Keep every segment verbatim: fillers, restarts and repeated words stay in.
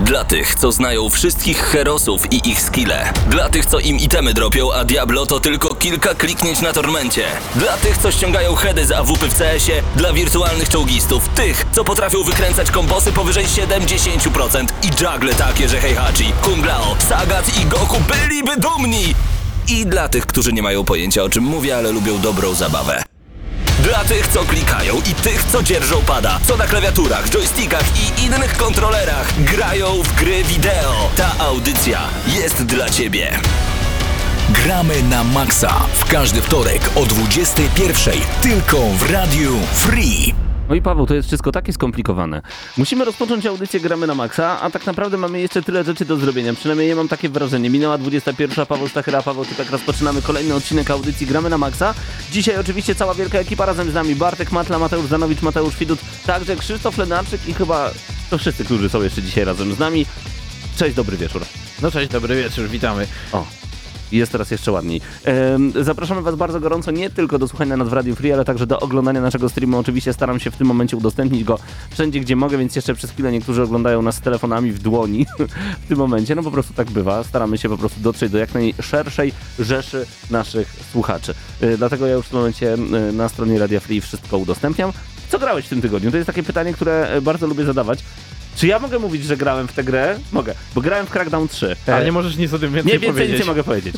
Dla tych, co znają wszystkich herosów i ich skille. Dla tych, co im itemy dropią, a Diablo to tylko kilka kliknięć na tormencie. Dla tych, co ściągają heady z A W P w C S-ie. Dla wirtualnych czołgistów. Tych, co potrafią wykręcać kombosy powyżej siedemdziesiąt procent. I juggle takie, że Heihachi, Kung Lao, Sagat i Goku byliby dumni. I dla tych, którzy nie mają pojęcia, o czym mówię, ale lubią dobrą zabawę. Dla tych, co klikają i tych, co dzierżą pada, co na klawiaturach, joystickach i innych kontrolerach grają w gry wideo. Ta audycja jest dla Ciebie. Gramy na maksa w każdy wtorek o dwudziestej pierwszej tylko w Radiu Free. No i Paweł, to jest wszystko takie skomplikowane. Musimy rozpocząć audycję Gramy na Maxa, a tak naprawdę mamy jeszcze tyle rzeczy do zrobienia. Przynajmniej ja mam takie wrażenie. Minęła dwudziesta pierwsza, Paweł Stachyra, Paweł Typek, rozpoczynamy kolejny odcinek audycji Gramy na Maxa. Dzisiaj oczywiście cała wielka ekipa razem z nami. Bartek Matla, Mateusz Zanowicz, Mateusz Widut, także Krzysztof Lenarczyk i chyba to wszyscy, którzy są jeszcze dzisiaj razem z nami. Cześć, dobry wieczór. No cześć, dobry wieczór, witamy. O. Jest teraz jeszcze ładniej. Ehm, zapraszamy Was bardzo gorąco nie tylko do słuchania nas w Radio Free, ale także do oglądania naszego streamu. Oczywiście staram się w tym momencie udostępnić go wszędzie, gdzie mogę, więc jeszcze przez chwilę niektórzy oglądają nas z telefonami w dłoni w tym momencie. No po prostu tak bywa. Staramy się po prostu dotrzeć do jak najszerszej rzeszy naszych słuchaczy. E, dlatego ja już w tym momencie e, na stronie Radia Free wszystko udostępniam. Co grałeś w tym tygodniu? To jest takie pytanie, które bardzo lubię zadawać. Czy ja mogę mówić, że grałem w tę grę? Mogę, bo grałem w Crackdown trzy. Ale nie możesz nic o tym więcej nie, więcej powiedzieć. nic nie mogę powiedzieć.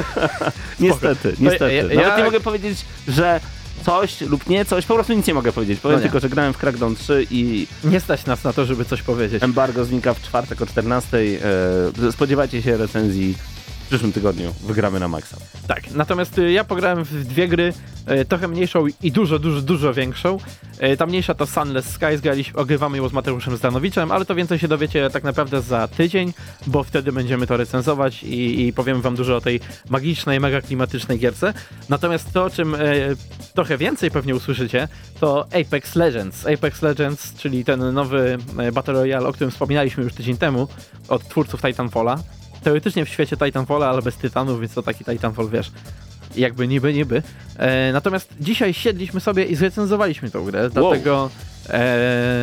niestety, No, niestety. ja, Nawet ja... nie mogę powiedzieć, że coś lub nie coś, po prostu nic nie mogę powiedzieć. Powiem no tylko, że grałem w Crackdown trzy i... Nie stać nas na to, żeby coś powiedzieć. Embargo znika w czwartek o czternastej. E, spodziewajcie się recenzji w przyszłym tygodniu. Wygramy na maksa. Tak, natomiast y, ja pograłem w dwie gry, y, trochę mniejszą i dużo, dużo, dużo większą. Y, ta mniejsza to Sunless Skies, graliśmy, ogrywamy ją z Mateuszem Zdanowiczem, ale to więcej się dowiecie tak naprawdę za tydzień, bo wtedy będziemy to recenzować i, i powiemy wam dużo o tej magicznej, mega klimatycznej gierce. Natomiast to, o czym y, trochę więcej pewnie usłyszycie, to Apex Legends. Apex Legends, czyli ten nowy y, Battle Royale, o którym wspominaliśmy już tydzień temu, od twórców Titanfalla. Teoretycznie w świecie Titanfalla, ale bez tytanów, więc to taki Titanfall, wiesz, jakby niby, niby. E, natomiast dzisiaj siedliśmy sobie i zrecenzowaliśmy tą grę, wow. Dlatego e,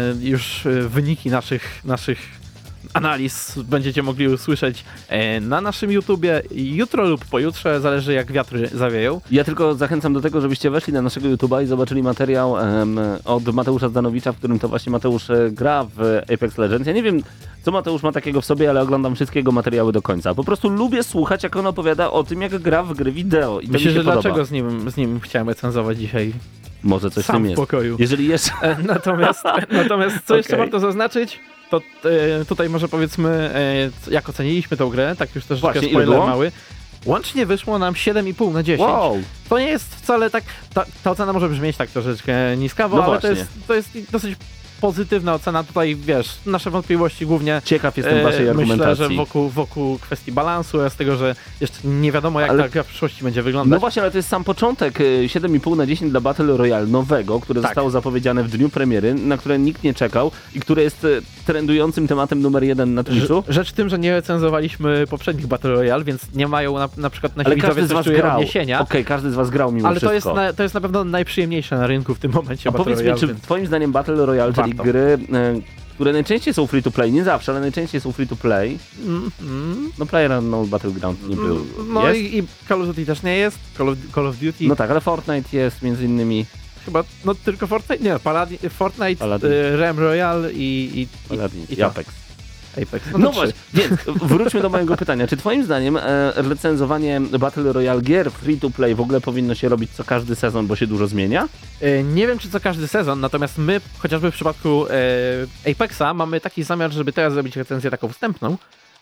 już wyniki naszych, naszych analiz będziecie mogli usłyszeć e, na naszym YouTubie jutro lub pojutrze, zależy jak wiatry zawieją. Ja tylko zachęcam do tego, żebyście weszli na naszego YouTuba i zobaczyli materiał em, od Mateusza Zdanowicza, w którym to właśnie Mateusz e, gra w Apex Legends. Ja nie wiem, co Mateusz ma takiego w sobie, ale oglądam wszystkie jego materiały do końca. Po prostu lubię słuchać, jak on opowiada o tym, jak gra w gry wideo. I Myślę, to mi się że podoba. dlaczego z nim, z nim chciałem recenzować dzisiaj. Może coś Sam w tym w jest. pokoju. Jeżeli jeszcze... E, natomiast, natomiast co Okay. jeszcze warto zaznaczyć, to e, tutaj może powiedzmy, e, jak oceniliśmy tą grę, tak już troszeczkę Właśnie, spoiler ile było? mały. Łącznie wyszło nam siedem i pół na dziesięć. Wow. To nie jest wcale tak, ta, ta ocena może brzmieć tak troszeczkę niskawo, No ale to właśnie. jest, to jest dosyć pozytywna ocena. Tutaj, wiesz, nasze wątpliwości głównie Ciekaw jestem waszej e, argumentacji. myślę, że wokół, wokół kwestii balansu oraz tego, że jeszcze nie wiadomo jak Ale- ta gra w przyszłości będzie wyglądać. No właśnie, ale to jest sam początek. y, siedem i pół na dziesięć dla Battle Royale nowego, które Tak. zostało zapowiedziane w dniu premiery, na które nikt nie czekał i które jest y, trendującym tematem numer jeden na Twitchu. Rz- Rzecz w tym, że nie recenzowaliśmy poprzednich Battle Royale, więc nie mają na, na przykład nasi Ale widzowie każdy z coś was czują grał. odniesienia. Okej, każdy z was grał mimo Ale to jest, wszystko. na, to jest na pewno najprzyjemniejsze na rynku w tym momencie A Battle powiedz mi, Royale, czy więc... twoim zdaniem Battle Royale, czyli Warto. gry, y, które najczęściej są free to play, nie zawsze, ale najczęściej są free to play, Mm, mm, no PlayerUnknown Battleground nie był, no jest? i, i Call of Duty też nie jest. Call of, Call of Duty No tak, ale Fortnite jest między innymi, chyba, no tylko Fortnite, nie, Paladin, Fortnite, Paladin. y, Realm Royale i, i, i, Paladin i i to. Apex. Apex. No, to trzy. właśnie, więc wróćmy do mojego pytania. Czy twoim zdaniem e, recenzowanie Battle Royale gier free to play w ogóle powinno się robić co każdy sezon, bo się dużo zmienia? E, Nie wiem, czy co każdy sezon, natomiast my, chociażby w przypadku e, Apexa, mamy taki zamiar, żeby teraz zrobić recenzję taką wstępną,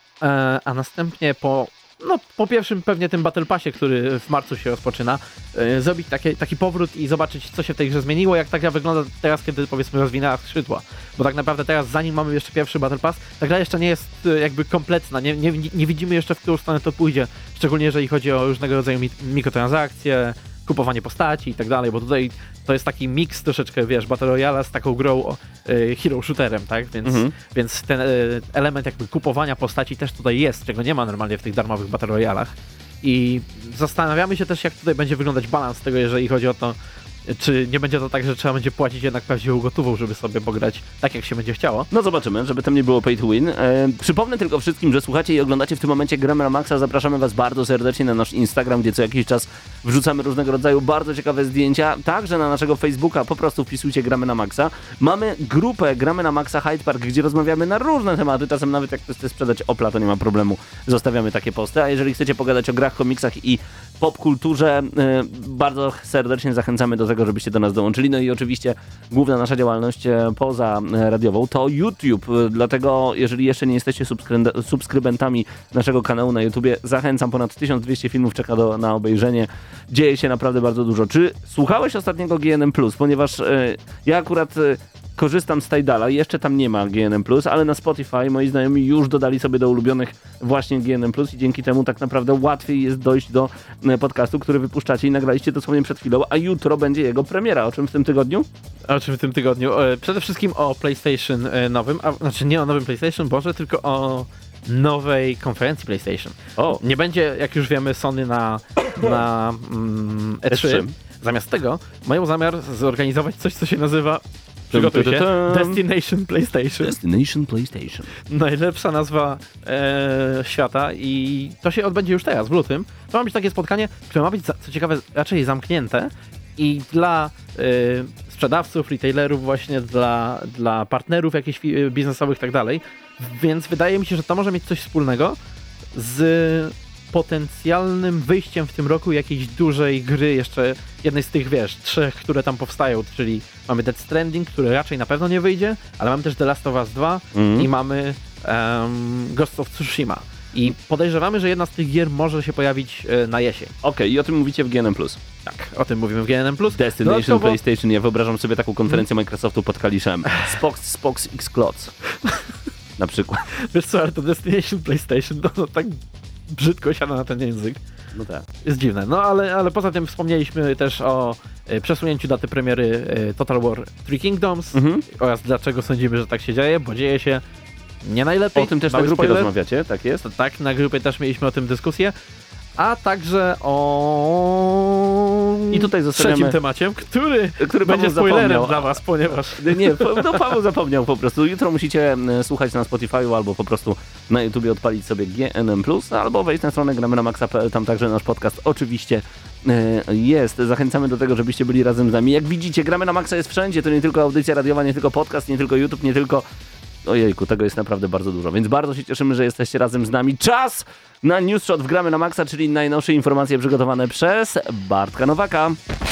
e, a następnie po, no, po pierwszym pewnie tym Battle Passie, który w marcu się rozpoczyna, e, zrobić taki, taki powrót i zobaczyć, co się w tej grze zmieniło, jak ta gra wygląda teraz, kiedy powiedzmy rozwinęła skrzydła. Bo tak naprawdę teraz, zanim mamy jeszcze pierwszy Battle Pass, ta gra jeszcze nie jest e, jakby kompletna, nie, nie, nie widzimy jeszcze, w którą stronę to pójdzie, szczególnie jeżeli chodzi o różnego rodzaju mi- mikrotransakcje, kupowanie postaci i tak dalej, bo tutaj to jest taki miks troszeczkę, wiesz, Battle Royale z taką grą o, y, hero shooterem, tak? Więc, Mhm. więc ten y, element jakby kupowania postaci też tutaj jest, czego nie ma normalnie w tych darmowych Battle Royalach. I zastanawiamy się też, jak tutaj będzie wyglądać balans tego, jeżeli chodzi o to, czy nie będzie to tak, że trzeba będzie płacić jednak prawdziwą gotową, żeby sobie pograć tak, jak się będzie chciało. No zobaczymy, żeby tam nie było pay to win. E, przypomnę tylko wszystkim, że słuchacie i oglądacie w tym momencie Gramy na Maxa. Zapraszamy was bardzo serdecznie na nasz Instagram, gdzie co jakiś czas wrzucamy różnego rodzaju bardzo ciekawe zdjęcia. Także na naszego Facebooka po prostu wpisujcie Gramy na Maxa. Mamy grupę Gramy na Maxa Hyde Park, gdzie rozmawiamy na różne tematy. Czasem nawet jak chcecie sprzedać Opla, to nie ma problemu. Zostawiamy takie posty. A jeżeli chcecie pogadać o grach, komiksach i popkulturze, e, bardzo serdecznie zachęcamy do tego, żebyście do nas dołączyli. No i oczywiście główna nasza działalność e, poza e, radiową to YouTube. E, dlatego jeżeli jeszcze nie jesteście subskry- subskrybentami naszego kanału na YouTubie, zachęcam. Ponad tysiąc dwieście filmów czeka do, na obejrzenie. Dzieje się naprawdę bardzo dużo. Czy słuchałeś ostatniego G N M plus? Ponieważ e, ja akurat e, korzystam z Tidala, jeszcze tam nie ma G N M plus, ale na Spotify moi znajomi już dodali sobie do ulubionych właśnie G N M plus i dzięki temu tak naprawdę łatwiej jest dojść do e, podcastu, który wypuszczacie i nagraliście dosłownie przed chwilą, a jutro będzie jego premiera. O czym w tym tygodniu? O czym w tym tygodniu? E, Przede wszystkim o PlayStation e, nowym, a znaczy nie o nowym PlayStation, Boże, tylko o nowej konferencji PlayStation. O. Nie będzie, jak już wiemy, Sony na, na mm, E trzy. E trzy. Zamiast tego mają zamiar zorganizować coś, co się nazywa, przygotuj się, Tum, tum, tum. Destination PlayStation. Destination PlayStation. Najlepsza nazwa e, świata i to się odbędzie już teraz, w lutym. To ma być takie spotkanie, które ma być, za- co ciekawe, raczej zamknięte i dla e, sprzedawców, retailerów, właśnie dla, dla partnerów jakichś fi- biznesowych i tak dalej. Więc wydaje mi się, że to może mieć coś wspólnego z potencjalnym wyjściem w tym roku jakiejś dużej gry, jeszcze jednej z tych, wiesz, trzech, które tam powstają, czyli mamy Death Stranding, który raczej na pewno nie wyjdzie, ale mamy też The Last of Us dwa Mhm. i mamy um, Ghost of Tsushima. I podejrzewamy, że jedna z tych gier może się pojawić e, na jesień. Okej, i o tym mówicie w G N M plus. Tak, o tym mówimy w G N M plus. Destination Dodatkowo- PlayStation. Ja wyobrażam sobie taką konferencję Microsoftu pod Kaliszem. Spox, Spox X Clots. Na przykład. Wiesz co, ale to Destination PlayStation, to no, tak brzydko siada na ten język. No tak. Jest dziwne. No ale, ale poza tym wspomnieliśmy też o e, przesunięciu daty premiery e, Total War Three Kingdoms Mhm. oraz dlaczego sądzimy, że tak się dzieje, bo dzieje się nie najlepiej. O tym też na Mały grupie spoiler. rozmawiacie, tak jest? To tak, na grupie też mieliśmy o tym dyskusję. A także o I tutaj zostawiamy- trzecim temacie, który, Który będzie Paweł spoilerem zapomniał. dla was, ponieważ Nie, po- no Paweł zapomniał po prostu. Jutro musicie e, słuchać na Spotify'u albo po prostu na YouTubie odpalić sobie G N M plus, albo wejść na stronę gramy na maxa kropka p l, tam także nasz podcast oczywiście e, jest. Zachęcamy do tego, żebyście byli razem z nami. Jak widzicie, Gramy na Maxa jest wszędzie, to nie tylko audycja radiowa, nie tylko podcast, nie tylko YouTube, nie tylko... Ojejku, tego jest naprawdę bardzo dużo, więc bardzo się cieszymy, że jesteście razem z nami. Czas na News Shot w Gramy na Maxa, czyli najnowsze informacje przygotowane przez Bartka Nowaka.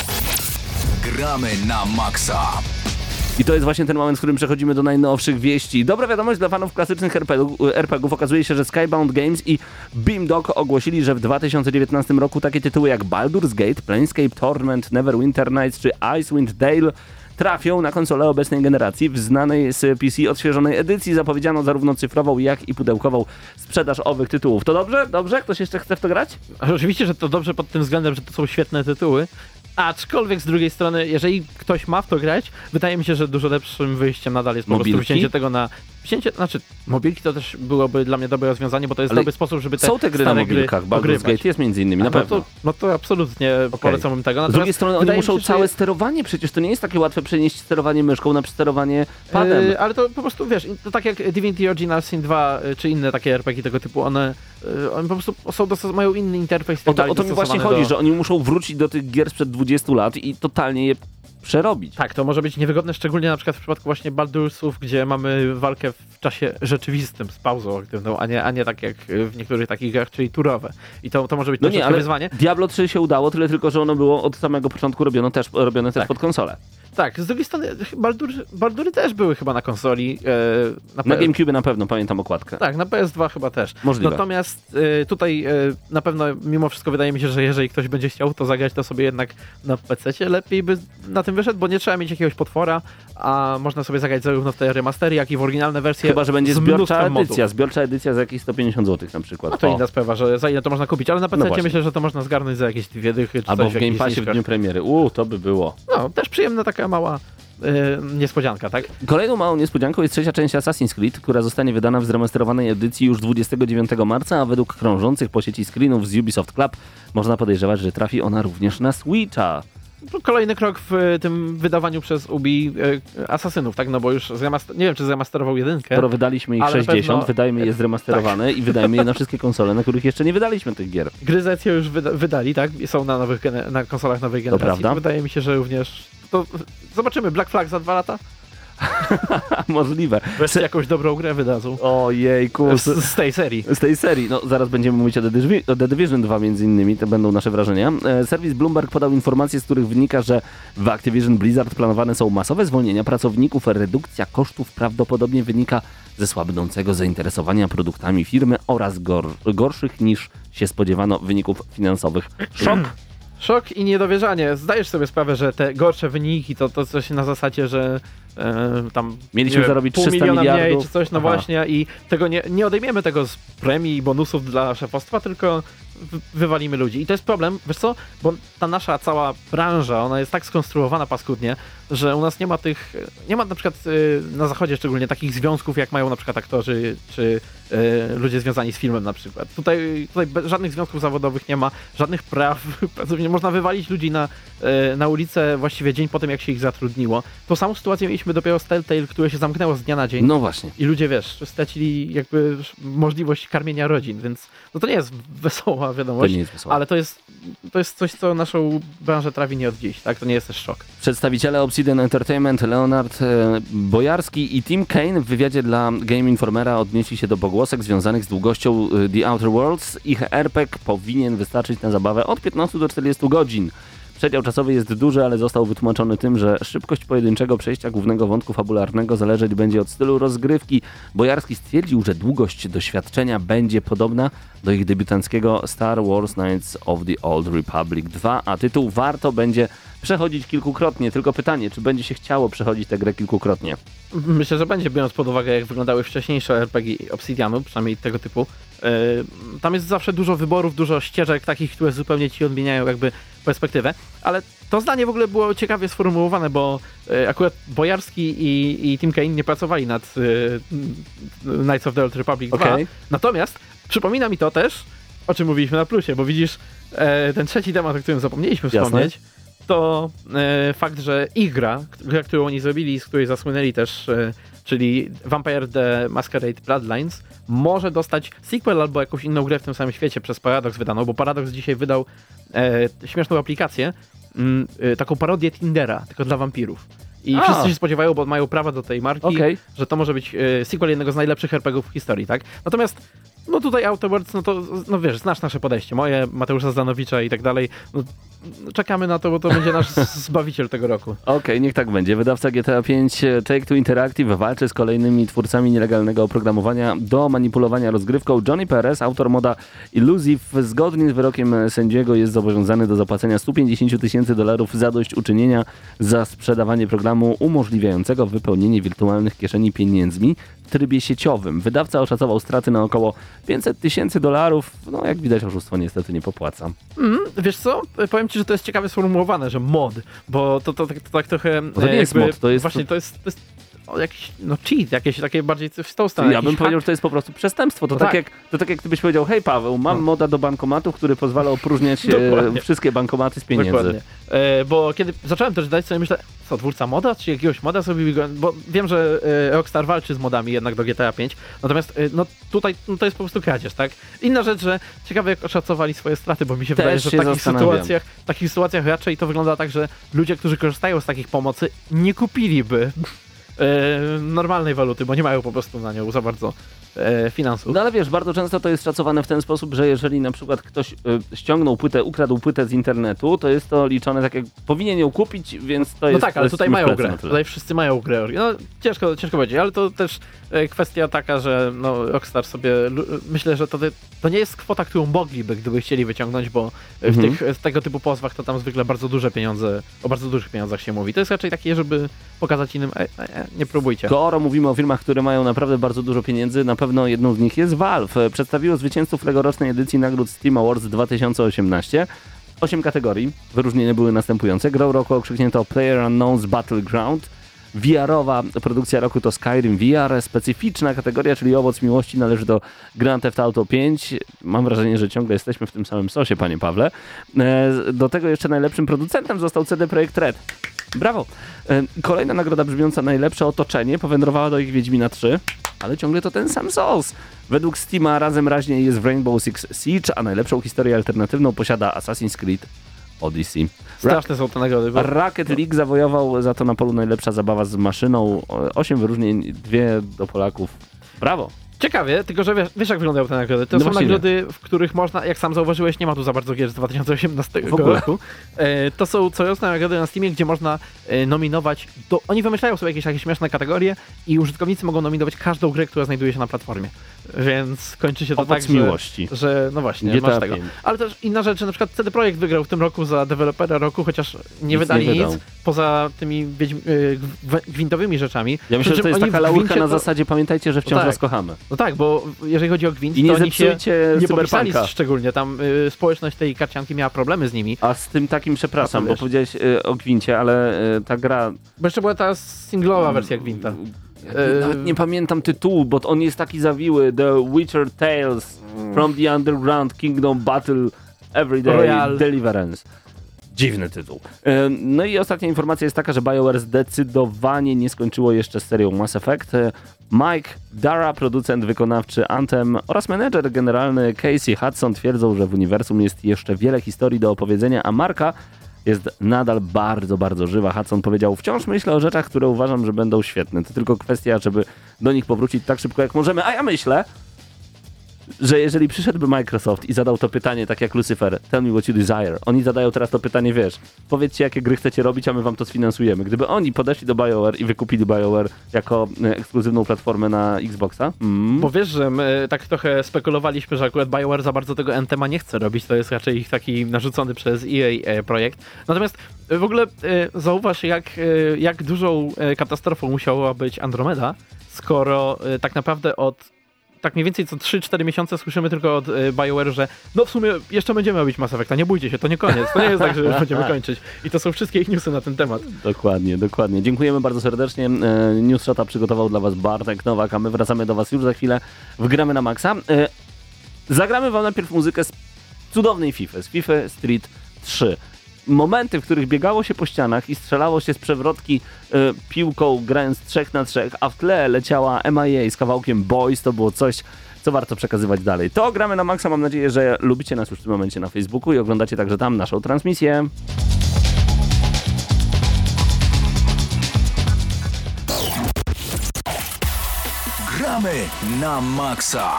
Gramy na maksa. I to jest właśnie ten moment, w którym przechodzimy do najnowszych wieści. Dobra wiadomość dla fanów klasycznych er pe gie ów. Okazuje się, że Skybound Games i Beamdog ogłosili, że w dwa tysiące dziewiętnastym roku takie tytuły jak Baldur's Gate, Planescape Torment, Neverwinter Nights czy Icewind Dale trafią na konsolę obecnej generacji w znanej z P C odświeżonej edycji. Zapowiedziano zarówno cyfrową, jak i pudełkową sprzedaż owych tytułów. To dobrze? Dobrze? Ktoś jeszcze chce w to grać? oczywiście, że to dobrze pod tym względem, że to są świetne tytuły. Aczkolwiek z drugiej strony, jeżeli ktoś ma w to grać, wydaje mi się, że dużo lepszym wyjściem nadal jest po Mobilki? prostu wzięcie tego na... Wzięcie, znaczy, mobilki to też byłoby dla mnie dobre rozwiązanie, bo to jest Ale dobry sposób, żeby te Są te gry na stare mobilkach. Baldur's ogrywać. Gate jest między innymi, na no, pewno. to, no to absolutnie polecam tego. Z Natomiast drugiej strony oni wydaje mi muszą się, że całe jest- sterowanie, przecież to nie jest takie łatwe przenieść sterowanie myszką na sterowanie padem. Yy, ale to po prostu, wiesz, to tak jak Divinity Original Sin dwa, y, czy inne takie er pe gie tego typu, one, y, one po prostu są dostos- mają inny interfejs i tak O to, dalej, o to mi właśnie dostosowany chodzi, do... że oni muszą wrócić do tych gier sprzed dwudziestu lat i totalnie je przerobić. Tak, to może być niewygodne, szczególnie na przykład w przypadku właśnie Baldursów, gdzie mamy walkę w czasie rzeczywistym z pauzą aktywną, a nie, a nie tak jak w niektórych takich grach, czyli turowe. I to, to może być No troszeczkę nie, ale wyzwanie. Diablo trzy się udało, tyle tylko, że ono było od samego początku robione też, robione też Tak. pod konsolę. Tak, z drugiej strony Baldur, Baldury też były chyba na konsoli. E, Na P- GameCube na pewno, pamiętam okładkę. Tak, na P S dwa chyba też. Możliwe. Natomiast e, tutaj e, na pewno mimo wszystko wydaje mi się, że jeżeli ktoś będzie chciał to zagrać, to sobie jednak na pececie lepiej by na tym wyszedł, bo nie trzeba mieć jakiegoś potwora, a można sobie zagrać zarówno w te remastery, jak i w oryginalne wersje. Chyba że będzie z zbiorcza mnóstwem edycja, modów. zbiorcza edycja za jakieś sto pięćdziesiąt złotych na przykład. No to O. inna sprawa, że za ile to można kupić, ale na pececie właśnie. myślę, że to można zgarnąć za jakieś dwie dychy, czy Albo coś w Game jakichś Passie w zniżkach. dniu premiery. Uuu, to by było. No, też przyjemna taka mała e, niespodzianka, tak? Kolejną małą niespodzianką jest trzecia część Assassin's Creed, która zostanie wydana w zremasterowanej edycji już dwudziestego dziewiątego marca, a według krążących po sieci screenów z Ubisoft Club można podejrzewać, że trafi ona również na Switcha. kolejny krok w tym wydawaniu przez Ubi e, Asasynów, tak? No bo już zremaster... nie wiem, czy zremasterował jedynkę. Skoro wydaliśmy ich ale na sześćdziesiąt, pewno- wydajmy je zremasterowane Tak. i wydajmy je na wszystkie konsole, na których jeszcze nie wydaliśmy tych gier. Gry z Ezio już wyda- wydali, tak? I są na nowych gene- na konsolach nowej generacji. prawda. Wydaje mi się, że również... To zobaczymy, Black Flag za dwa lata? Możliwe. Wreszcie jakąś dobrą grę wydadzą. Ojejku. Z, z tej serii. Z tej serii, no zaraz będziemy mówić o The, Divi- o The Division dwa między innymi, to będą nasze wrażenia. E, serwis Bloomberg podał informacje, z których wynika, że w Activision Blizzard planowane są masowe zwolnienia pracowników, redukcja kosztów prawdopodobnie wynika ze słabnącego zainteresowania produktami firmy oraz gor- gorszych niż się spodziewano wyników finansowych. Szok. Szok i niedowierzanie. Zdajesz sobie sprawę, że te gorsze wyniki to, to coś na zasadzie, że e, tam Mieliśmy nie zarobić pół trzysta miliona mniej miliardów. czy coś, no Aha. właśnie i tego nie, nie odejmiemy tego z premii i bonusów dla szefostwa, tylko wy- wywalimy ludzi. I to jest problem, wiesz co, bo ta nasza cała branża, ona jest tak skonstruowana paskudnie, że u nas nie ma tych, nie ma na przykład y, na zachodzie szczególnie takich związków, jak mają na przykład aktorzy, czy y, ludzie związani z filmem na przykład. Tutaj, tutaj be- żadnych związków zawodowych nie ma, żadnych praw, pracownie można wywalić ludzi na, y, na ulicę właściwie dzień po tym, jak się ich zatrudniło. Tą samą sytuację mieliśmy dopiero z Telltale, które się zamknęło z dnia na dzień. No właśnie. I ludzie, wiesz, stracili jakby możliwość karmienia rodzin, więc no to nie jest wesoła To wiadomość, nie jest wesołe. ale to jest, to jest coś, co naszą branżę trawi nie od dziś, tak? To nie jest też szok. Przedstawiciele Obsidian Entertainment, Leonard e, Bojarski i Tim Kaine w wywiadzie dla Game Informera odnieśli się do pogłosek związanych z długością e, The Outer Worlds. Ich er pe gie powinien wystarczyć na zabawę od piętnastu do czterdziestu godzin. Przedział czasowy jest duży, ale został wytłumaczony tym, że szybkość pojedynczego przejścia głównego wątku fabularnego zależeć będzie od stylu rozgrywki. Bojarski stwierdził, że długość doświadczenia będzie podobna do ich debiutanckiego Star Wars Knights of the Old Republic dwa, a tytuł warto będzie przechodzić kilkukrotnie. Tylko pytanie, czy będzie się chciało przechodzić tę grę kilkukrotnie? Myślę, że będzie, biorąc pod uwagę, jak wyglądały wcześniejsze er pe gie Obsidianu, przynajmniej tego typu. Yy, tam jest zawsze dużo wyborów, dużo ścieżek takich, które zupełnie ci odmieniają jakby perspektywę, ale to zdanie w ogóle było ciekawie sformułowane, bo yy, akurat Bojarski i, i Tim Kaine nie pracowali nad yy, Knights of the Old Republic dwa, Okej. natomiast przypomina mi to też, o czym mówiliśmy na plusie, bo widzisz, yy, ten trzeci temat, o którym zapomnieliśmy Jasne. wspomnieć, to e, fakt, że ich gra, gra, którą oni zrobili, z której zasłynęli też, e, czyli Vampire the Masquerade Bloodlines, może dostać sequel albo jakąś inną grę w tym samym świecie przez Paradox wydaną, bo Paradox dzisiaj wydał e, śmieszną aplikację, m, e, taką parodię Tindera, tylko dla wampirów. I A. wszyscy się spodziewają, bo mają prawa do tej marki, Okej. że to może być e, sequel jednego z najlepszych er pe gie ów w historii, tak? Natomiast no tutaj Outer Worlds, no to, no wiesz, znasz nasze podejście, moje, Mateusza Zdanowicza i tak dalej. No, czekamy na to, bo to będzie nasz zbawiciel tego roku. Okej, niech tak będzie. Wydawca G T A pięć Take-Two Interactive walczy z kolejnymi twórcami nielegalnego oprogramowania do manipulowania rozgrywką. Johnny Perez, autor moda Illusive, zgodnie z wyrokiem sędziego jest zobowiązany do zapłacenia sto pięćdziesiąt tysięcy dolarów zadośćuczynienia za sprzedawanie programu umożliwiającego wypełnienie wirtualnych kieszeni pieniędzmi w trybie sieciowym. Wydawca oszacował straty na około pięćset tysięcy dolarów. No jak widać, oszustwo niestety nie popłaca. Mm, wiesz co? Powiem ci, że to jest ciekawie sformułowane, że mod, bo to, to, to, to tak trochę... to nie jest mod, to jest- Właśnie, to jest... To jest o, jakiś, no cheat, jakieś takie bardziej w tą stronę. Ja jakiś bym powiedział, hack. że to jest po prostu przestępstwo. To, No tak, tak. jak, to tak jak gdybyś powiedział, hej Paweł, mam No. moda do bankomatu, który pozwala opróżniać e, Dokładnie. wszystkie bankomaty z pieniędzy. Dokładnie. E, bo kiedy zacząłem też dać sobie myślę, co, twórca moda, czy jakiegoś moda sobie, bo wiem, że e, Rockstar walczy z modami jednak do G T A pięć, natomiast e, no tutaj no, to jest po prostu kradzież, tak? Inna rzecz, że ciekawe jak oszacowali swoje straty, bo mi się Też wydaje, że w się takich zastanawiam. sytuacjach, w takich sytuacjach raczej to wygląda tak, że ludzie, którzy korzystają z takich pomocy, nie kupiliby e, normalnej waluty, bo nie mają po prostu na nią za bardzo e, finansów. No ale wiesz, bardzo często to jest szacowane w ten sposób, że jeżeli na przykład ktoś y, ściągnął płytę, ukradł płytę z internetu, to jest to liczone tak jak powinien ją kupić, więc to No jest... tak, to ale jest tutaj już mają plecy grę. na tyle. Tutaj wszyscy mają grę. No ciężko, ciężko powiedzieć, ale to też e, kwestia taka, że no, Rockstar sobie, lu- myślę, że to, to nie jest kwota, którą mogliby, gdyby chcieli wyciągnąć, bo w Mhm. tych w tego typu pozwach to tam zwykle bardzo duże pieniądze, o bardzo dużych pieniądzach się mówi. To jest raczej takie, żeby pokazać innym, e, e, e, nie próbujcie. Skoro mówimy o firmach, które mają naprawdę bardzo dużo pieniędzy, na pewno jedną z nich jest Valve. Przedstawiło zwycięzców tegorocznej edycji nagród Steam Awards dwa tysiące osiemnaście. Osiem kategorii. Wyróżnienia były następujące. Grą roku okrzyknięto PlayerUnknown's Battleground. V R-owa produkcja roku to Skyrim V R. Specyficzna kategoria, czyli owoc miłości, należy do Grand Theft Auto pięć. Mam wrażenie, że ciągle jesteśmy w tym samym sosie, panie Pawle. E, do tego jeszcze najlepszym producentem został C D Projekt Red. Brawo! E, kolejna nagroda brzmiąca najlepsze otoczenie powędrowała do ich Wiedźmina trzy, ale ciągle to ten sam sos. Według Steama razem raźniej jest w Rainbow Six Siege, a najlepszą historię alternatywną posiada Assassin's Creed Odyssey. Straszne są te nagrody. Bo... Rocket League zawojował za to na polu najlepsza zabawa z maszyną. Osiem wyróżnień, dwie do Polaków. Brawo! Ciekawie, tylko że wiesz, wiesz jak wyglądają te nagrody. To No są właśnie nagrody, w których można, jak sam zauważyłeś, nie ma tu za bardzo gier z dwa tysiące osiemnastego W ogóle. roku. E, to są coroczne nagrody na Steamie, gdzie można e, nominować, do, oni wymyślają sobie jakieś takie śmieszne kategorie i użytkownicy mogą nominować każdą grę, która znajduje się na platformie. Więc kończy się to Owoc tak, że, miłości. że no właśnie, G T A masz tego. pięć. Ale też inna rzecz, że na przykład C D Projekt wygrał w tym roku za dewelopera roku, chociaż nie Nic wydali nie nic, wydał. poza tymi wiedźm, y, gw- gwintowymi rzeczami. Ja myślę, że Przy to czym jest oni taka w laurka gwincie na to- zasadzie, pamiętajcie, że wciąż No tak. was kochamy. No tak, bo jeżeli chodzi o gwint, I nie to oni się zepsujcie nie popisali cyberpunka. szczególnie. Tam y, społeczność tej karcianki miała problemy z nimi. A z tym takim, przepraszam, A to bo wiesz. powiedziałeś y, o gwincie, ale y, ta gra... Bo jeszcze była ta singlowa wersja gwinta. Ja nawet nie pamiętam tytułu, bo on jest taki zawiły. The Witcher Tales from the Underground Kingdom Battle Everyday Royal. Deliverance. Dziwny tytuł. E, No i ostatnia informacja jest taka, że BioWare zdecydowanie nie skończyło jeszcze z serią Mass Effect. E, Mike Dara, producent wykonawczy Anthem oraz menedżer generalny Casey Hudson twierdzą, że w uniwersum jest jeszcze wiele historii do opowiedzenia, a marka jest nadal bardzo, bardzo żywa. Hudson powiedział: wciąż myślę o rzeczach, które uważam, że będą świetne. To tylko kwestia, żeby do nich powrócić tak szybko, jak możemy. A ja myślę, że jeżeli przyszedłby Microsoft i zadał to pytanie, tak jak Lucifer, tell me what you desire, oni zadają teraz to pytanie, wiesz, powiedzcie, jakie gry chcecie robić, a my wam to sfinansujemy. Gdyby oni podeszli do BioWare i wykupili BioWare jako e, ekskluzywną platformę na Xboxa, mm, Bo wiesz, że my tak trochę spekulowaliśmy, że akurat BioWare za bardzo tego Anthema nie chce robić, to jest raczej ich taki narzucony przez E A e, projekt. Natomiast e, w ogóle e, zauważ, jak, e, jak dużą e, katastrofą musiała być Andromeda, skoro e, tak naprawdę od tak mniej więcej co trzy cztery miesiące słyszymy tylko od y, BioWare, że no w sumie jeszcze będziemy robić Mass Effecta, nie bójcie się, to nie koniec, to nie jest tak, że już będziemy kończyć. I to są wszystkie ich newsy na ten temat. Dokładnie, dokładnie. Dziękujemy bardzo serdecznie. E, News Shota przygotował dla was Bartek Nowak, a my wracamy do was już za chwilę. Wgramy na maksa. E, zagramy wam najpierw muzykę z cudownej FIFA, z FIFA Street trzy. Momenty, w których biegało się po ścianach i strzelało się z przewrotki e, piłką, grając trzech na trzech, a w tle leciała M I A z kawałkiem Boys, to było coś, co warto przekazywać dalej. To gramy na maksa. Mam nadzieję, że lubicie nas już w tym momencie na Facebooku i oglądacie także tam naszą transmisję. Gramy na maksa.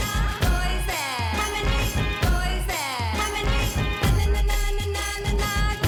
Boys there, boys there,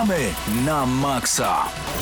Gramy na maksa.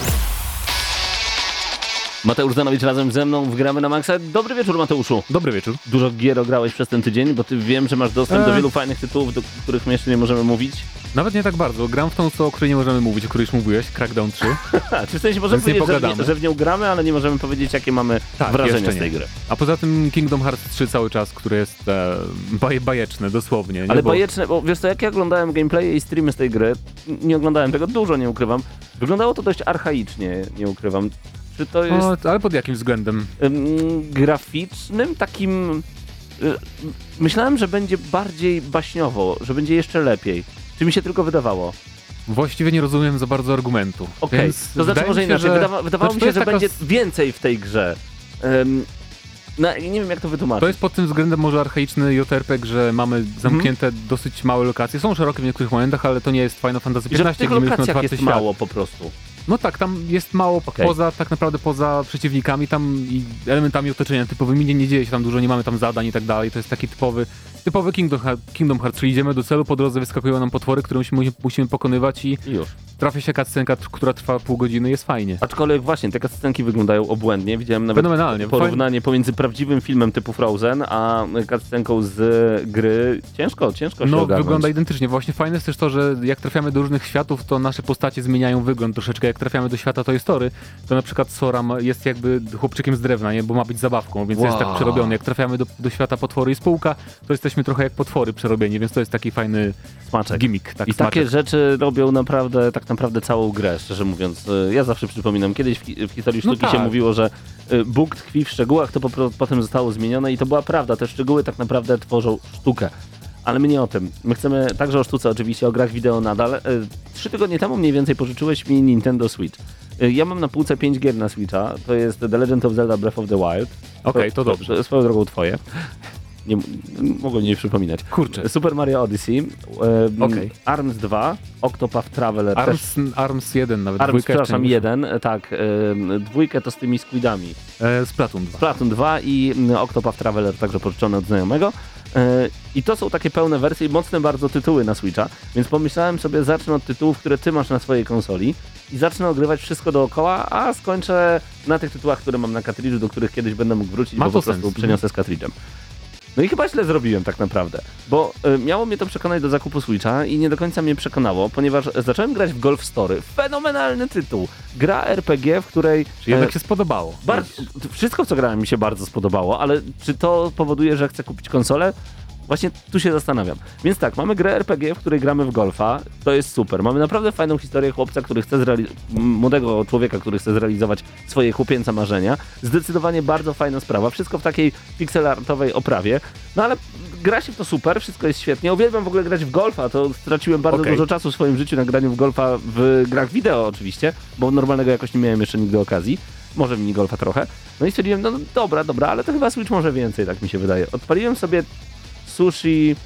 Mateusz Zdanowicz razem ze mną w Gramy na Maxa. Dobry wieczór, Mateuszu. Dobry wieczór. Dużo gier ograłeś przez ten tydzień, bo ty wiem, że masz dostęp do Eee. wielu fajnych tytułów, do których my jeszcze nie możemy mówić. Nawet nie tak bardzo. Gram w tą, co, o której nie możemy mówić, o której już mówiłeś, Crackdown trzy. Ha, czy w sensie możemy Więc nie powiedzieć, że w, nie, pogadamy. że w nią gramy, ale nie możemy powiedzieć, jakie mamy Tak, wrażenia jeszcze z tej nie. gry. A poza tym Kingdom Hearts trzy cały czas, które jest e, baje, bajeczne, dosłownie. Nie? Ale Bo bajeczne, bo wiesz co, jak ja oglądałem gameplaye i streamy z tej gry, nie oglądałem tego dużo, nie ukrywam, wyglądało to dość archaicznie, nie ukrywam. Czy to jest O, ale pod jakim względem? ym, graficznym, takim... Y, myślałem, że będzie bardziej baśniowo, że będzie jeszcze lepiej. Czy mi się tylko wydawało? Właściwie nie rozumiem za bardzo argumentu. Okej, Więc to znaczy wydaje może mi się, inaczej. że- Wydawa wydawało znaczy, mi to się, jest że taka będzie s- więcej w tej grze. Ym, no, nie wiem, jak to wytłumaczyć. To jest pod tym względem może archaiczny J R P G, że mamy zamknięte Mhm. dosyć małe lokacje. Są szerokie w niektórych momentach, ale to nie jest Final Fantasy I że w piętnaście, tych gdzie mieliśmy lokacjach otwarty jest świat. mało po prostu. No tak, tam jest mało Okej. poza, tak naprawdę poza przeciwnikami, tam i elementami otoczenia typowymi, nie, nie dzieje się tam dużo, nie mamy tam zadań i tak dalej, to jest taki typowy, typowy Kingdom, Heart- Kingdom Hearts, czyli idziemy do celu, po drodze wyskakują nam potwory, które musimy, musimy pokonywać i I już. trafia się cutscenka, tr- która trwa pół godziny, jest fajnie. Aczkolwiek właśnie, te cutscenki wyglądają obłędnie. Widziałem nawet Fenomenalnie. porównanie pomiędzy prawdziwym filmem typu Frozen, a cutscenką z gry. Ciężko, ciężko się No, ogarnąć. wygląda identycznie. Właśnie fajne jest też to, że jak trafiamy do różnych światów, to nasze postacie zmieniają wygląd troszeczkę. Jak trafiamy do świata Toy Story, to na przykład Sora ma- jest jakby chłopczykiem z drewna, nie? Bo ma być zabawką, więc Wow. jest tak przerobiony. Jak trafiamy do, do świata potwory i spółka, to jesteśmy trochę jak potwory przerobieni, więc to jest taki fajny Smaczek. gimmick. Tak, I takie smaczek. rzeczy robią naprawdę, tak naprawdę całą grę, szczerze mówiąc. Y, Ja zawsze przypominam, kiedyś w, hi- w historii No sztuki się tak. mówiło, że y, Bóg tkwi w szczegółach, to po, pro- potem zostało zmienione i to była prawda. Te szczegóły tak naprawdę tworzą sztukę. Ale my nie o tym. My chcemy także o sztuce, oczywiście, o grach wideo nadal. Y, Trzy tygodnie temu mniej więcej pożyczyłeś mi Nintendo Switch. Y, Ja mam na półce pięć gier na Switcha. To jest The Legend of Zelda Breath of the Wild. Okej, to dobrze. Swoją drogą twoje. Nie, m- mogłem nie przypominać. Kurczę. Super Mario Odyssey, um, Okej. Arms dwa, Octopath Traveler też. Arms, Arms jeden nawet, Arms, dwójka jeszcze przepraszam, nie jeden, e, tak. em, dwójkę to z tymi squidami. e, Splatoon dwa. Splatoon dwa i mm, Octopath Traveler także pożyczony od znajomego. E, I to są takie pełne wersje i mocne bardzo tytuły na Switcha, więc pomyślałem sobie, zacznę od tytułów, które ty masz na swojej konsoli i zacznę ogrywać wszystko dookoła, a skończę na tych tytułach, które mam na kartridżu, do których kiedyś będę mógł wrócić, Ma bo to po prostu sens. przeniosę z kartridżem. No i chyba źle zrobiłem tak naprawdę, bo y, miało mnie to przekonać do zakupu Switcha i nie do końca mnie przekonało, ponieważ zacząłem grać w Golf Story. Fenomenalny tytuł. Gra R P G, w której... Czy jednak e, się spodobało? Bar- wszystko, co grałem, mi się bardzo spodobało, ale czy to powoduje, że chcę kupić konsolę? Właśnie tu się zastanawiam. Więc tak, mamy grę R P G, w której gramy w golfa. To jest super. Mamy naprawdę fajną historię chłopca, który chce zrealizować, młodego człowieka, który chce zrealizować swoje chłopięce marzenia. Zdecydowanie bardzo fajna sprawa. Wszystko w takiej pixelartowej oprawie. No ale gra się w to super, wszystko jest świetnie. Uwielbiam w ogóle grać w golfa. To straciłem bardzo Okej. dużo czasu w swoim życiu na graniu w golfa w grach wideo oczywiście, bo normalnego jakoś nie miałem jeszcze nigdy okazji. Może minigolfa trochę. No i stwierdziłem, no dobra, dobra, ale to chyba Switch może więcej, tak mi się wydaje. Odpaliłem sobie Sushi...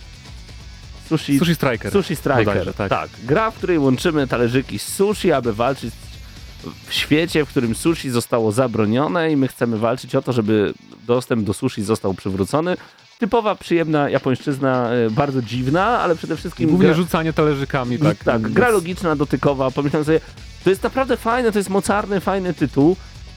Sushi... Sushi Striker. Sushi Striker, bodajże, tak. tak. Gra, w której łączymy talerzyki z sushi, aby walczyć w świecie, w którym sushi zostało zabronione i my chcemy walczyć o to, żeby dostęp do sushi został przywrócony. Typowa, przyjemna japońszczyzna, y, bardzo dziwna, ale przede wszystkim... Głównie gra- rzucanie talerzykami, tak. tak, Więc- gra logiczna, dotykowa. Pomyślałem sobie, to jest naprawdę fajne, to jest mocarny, fajny tytuł,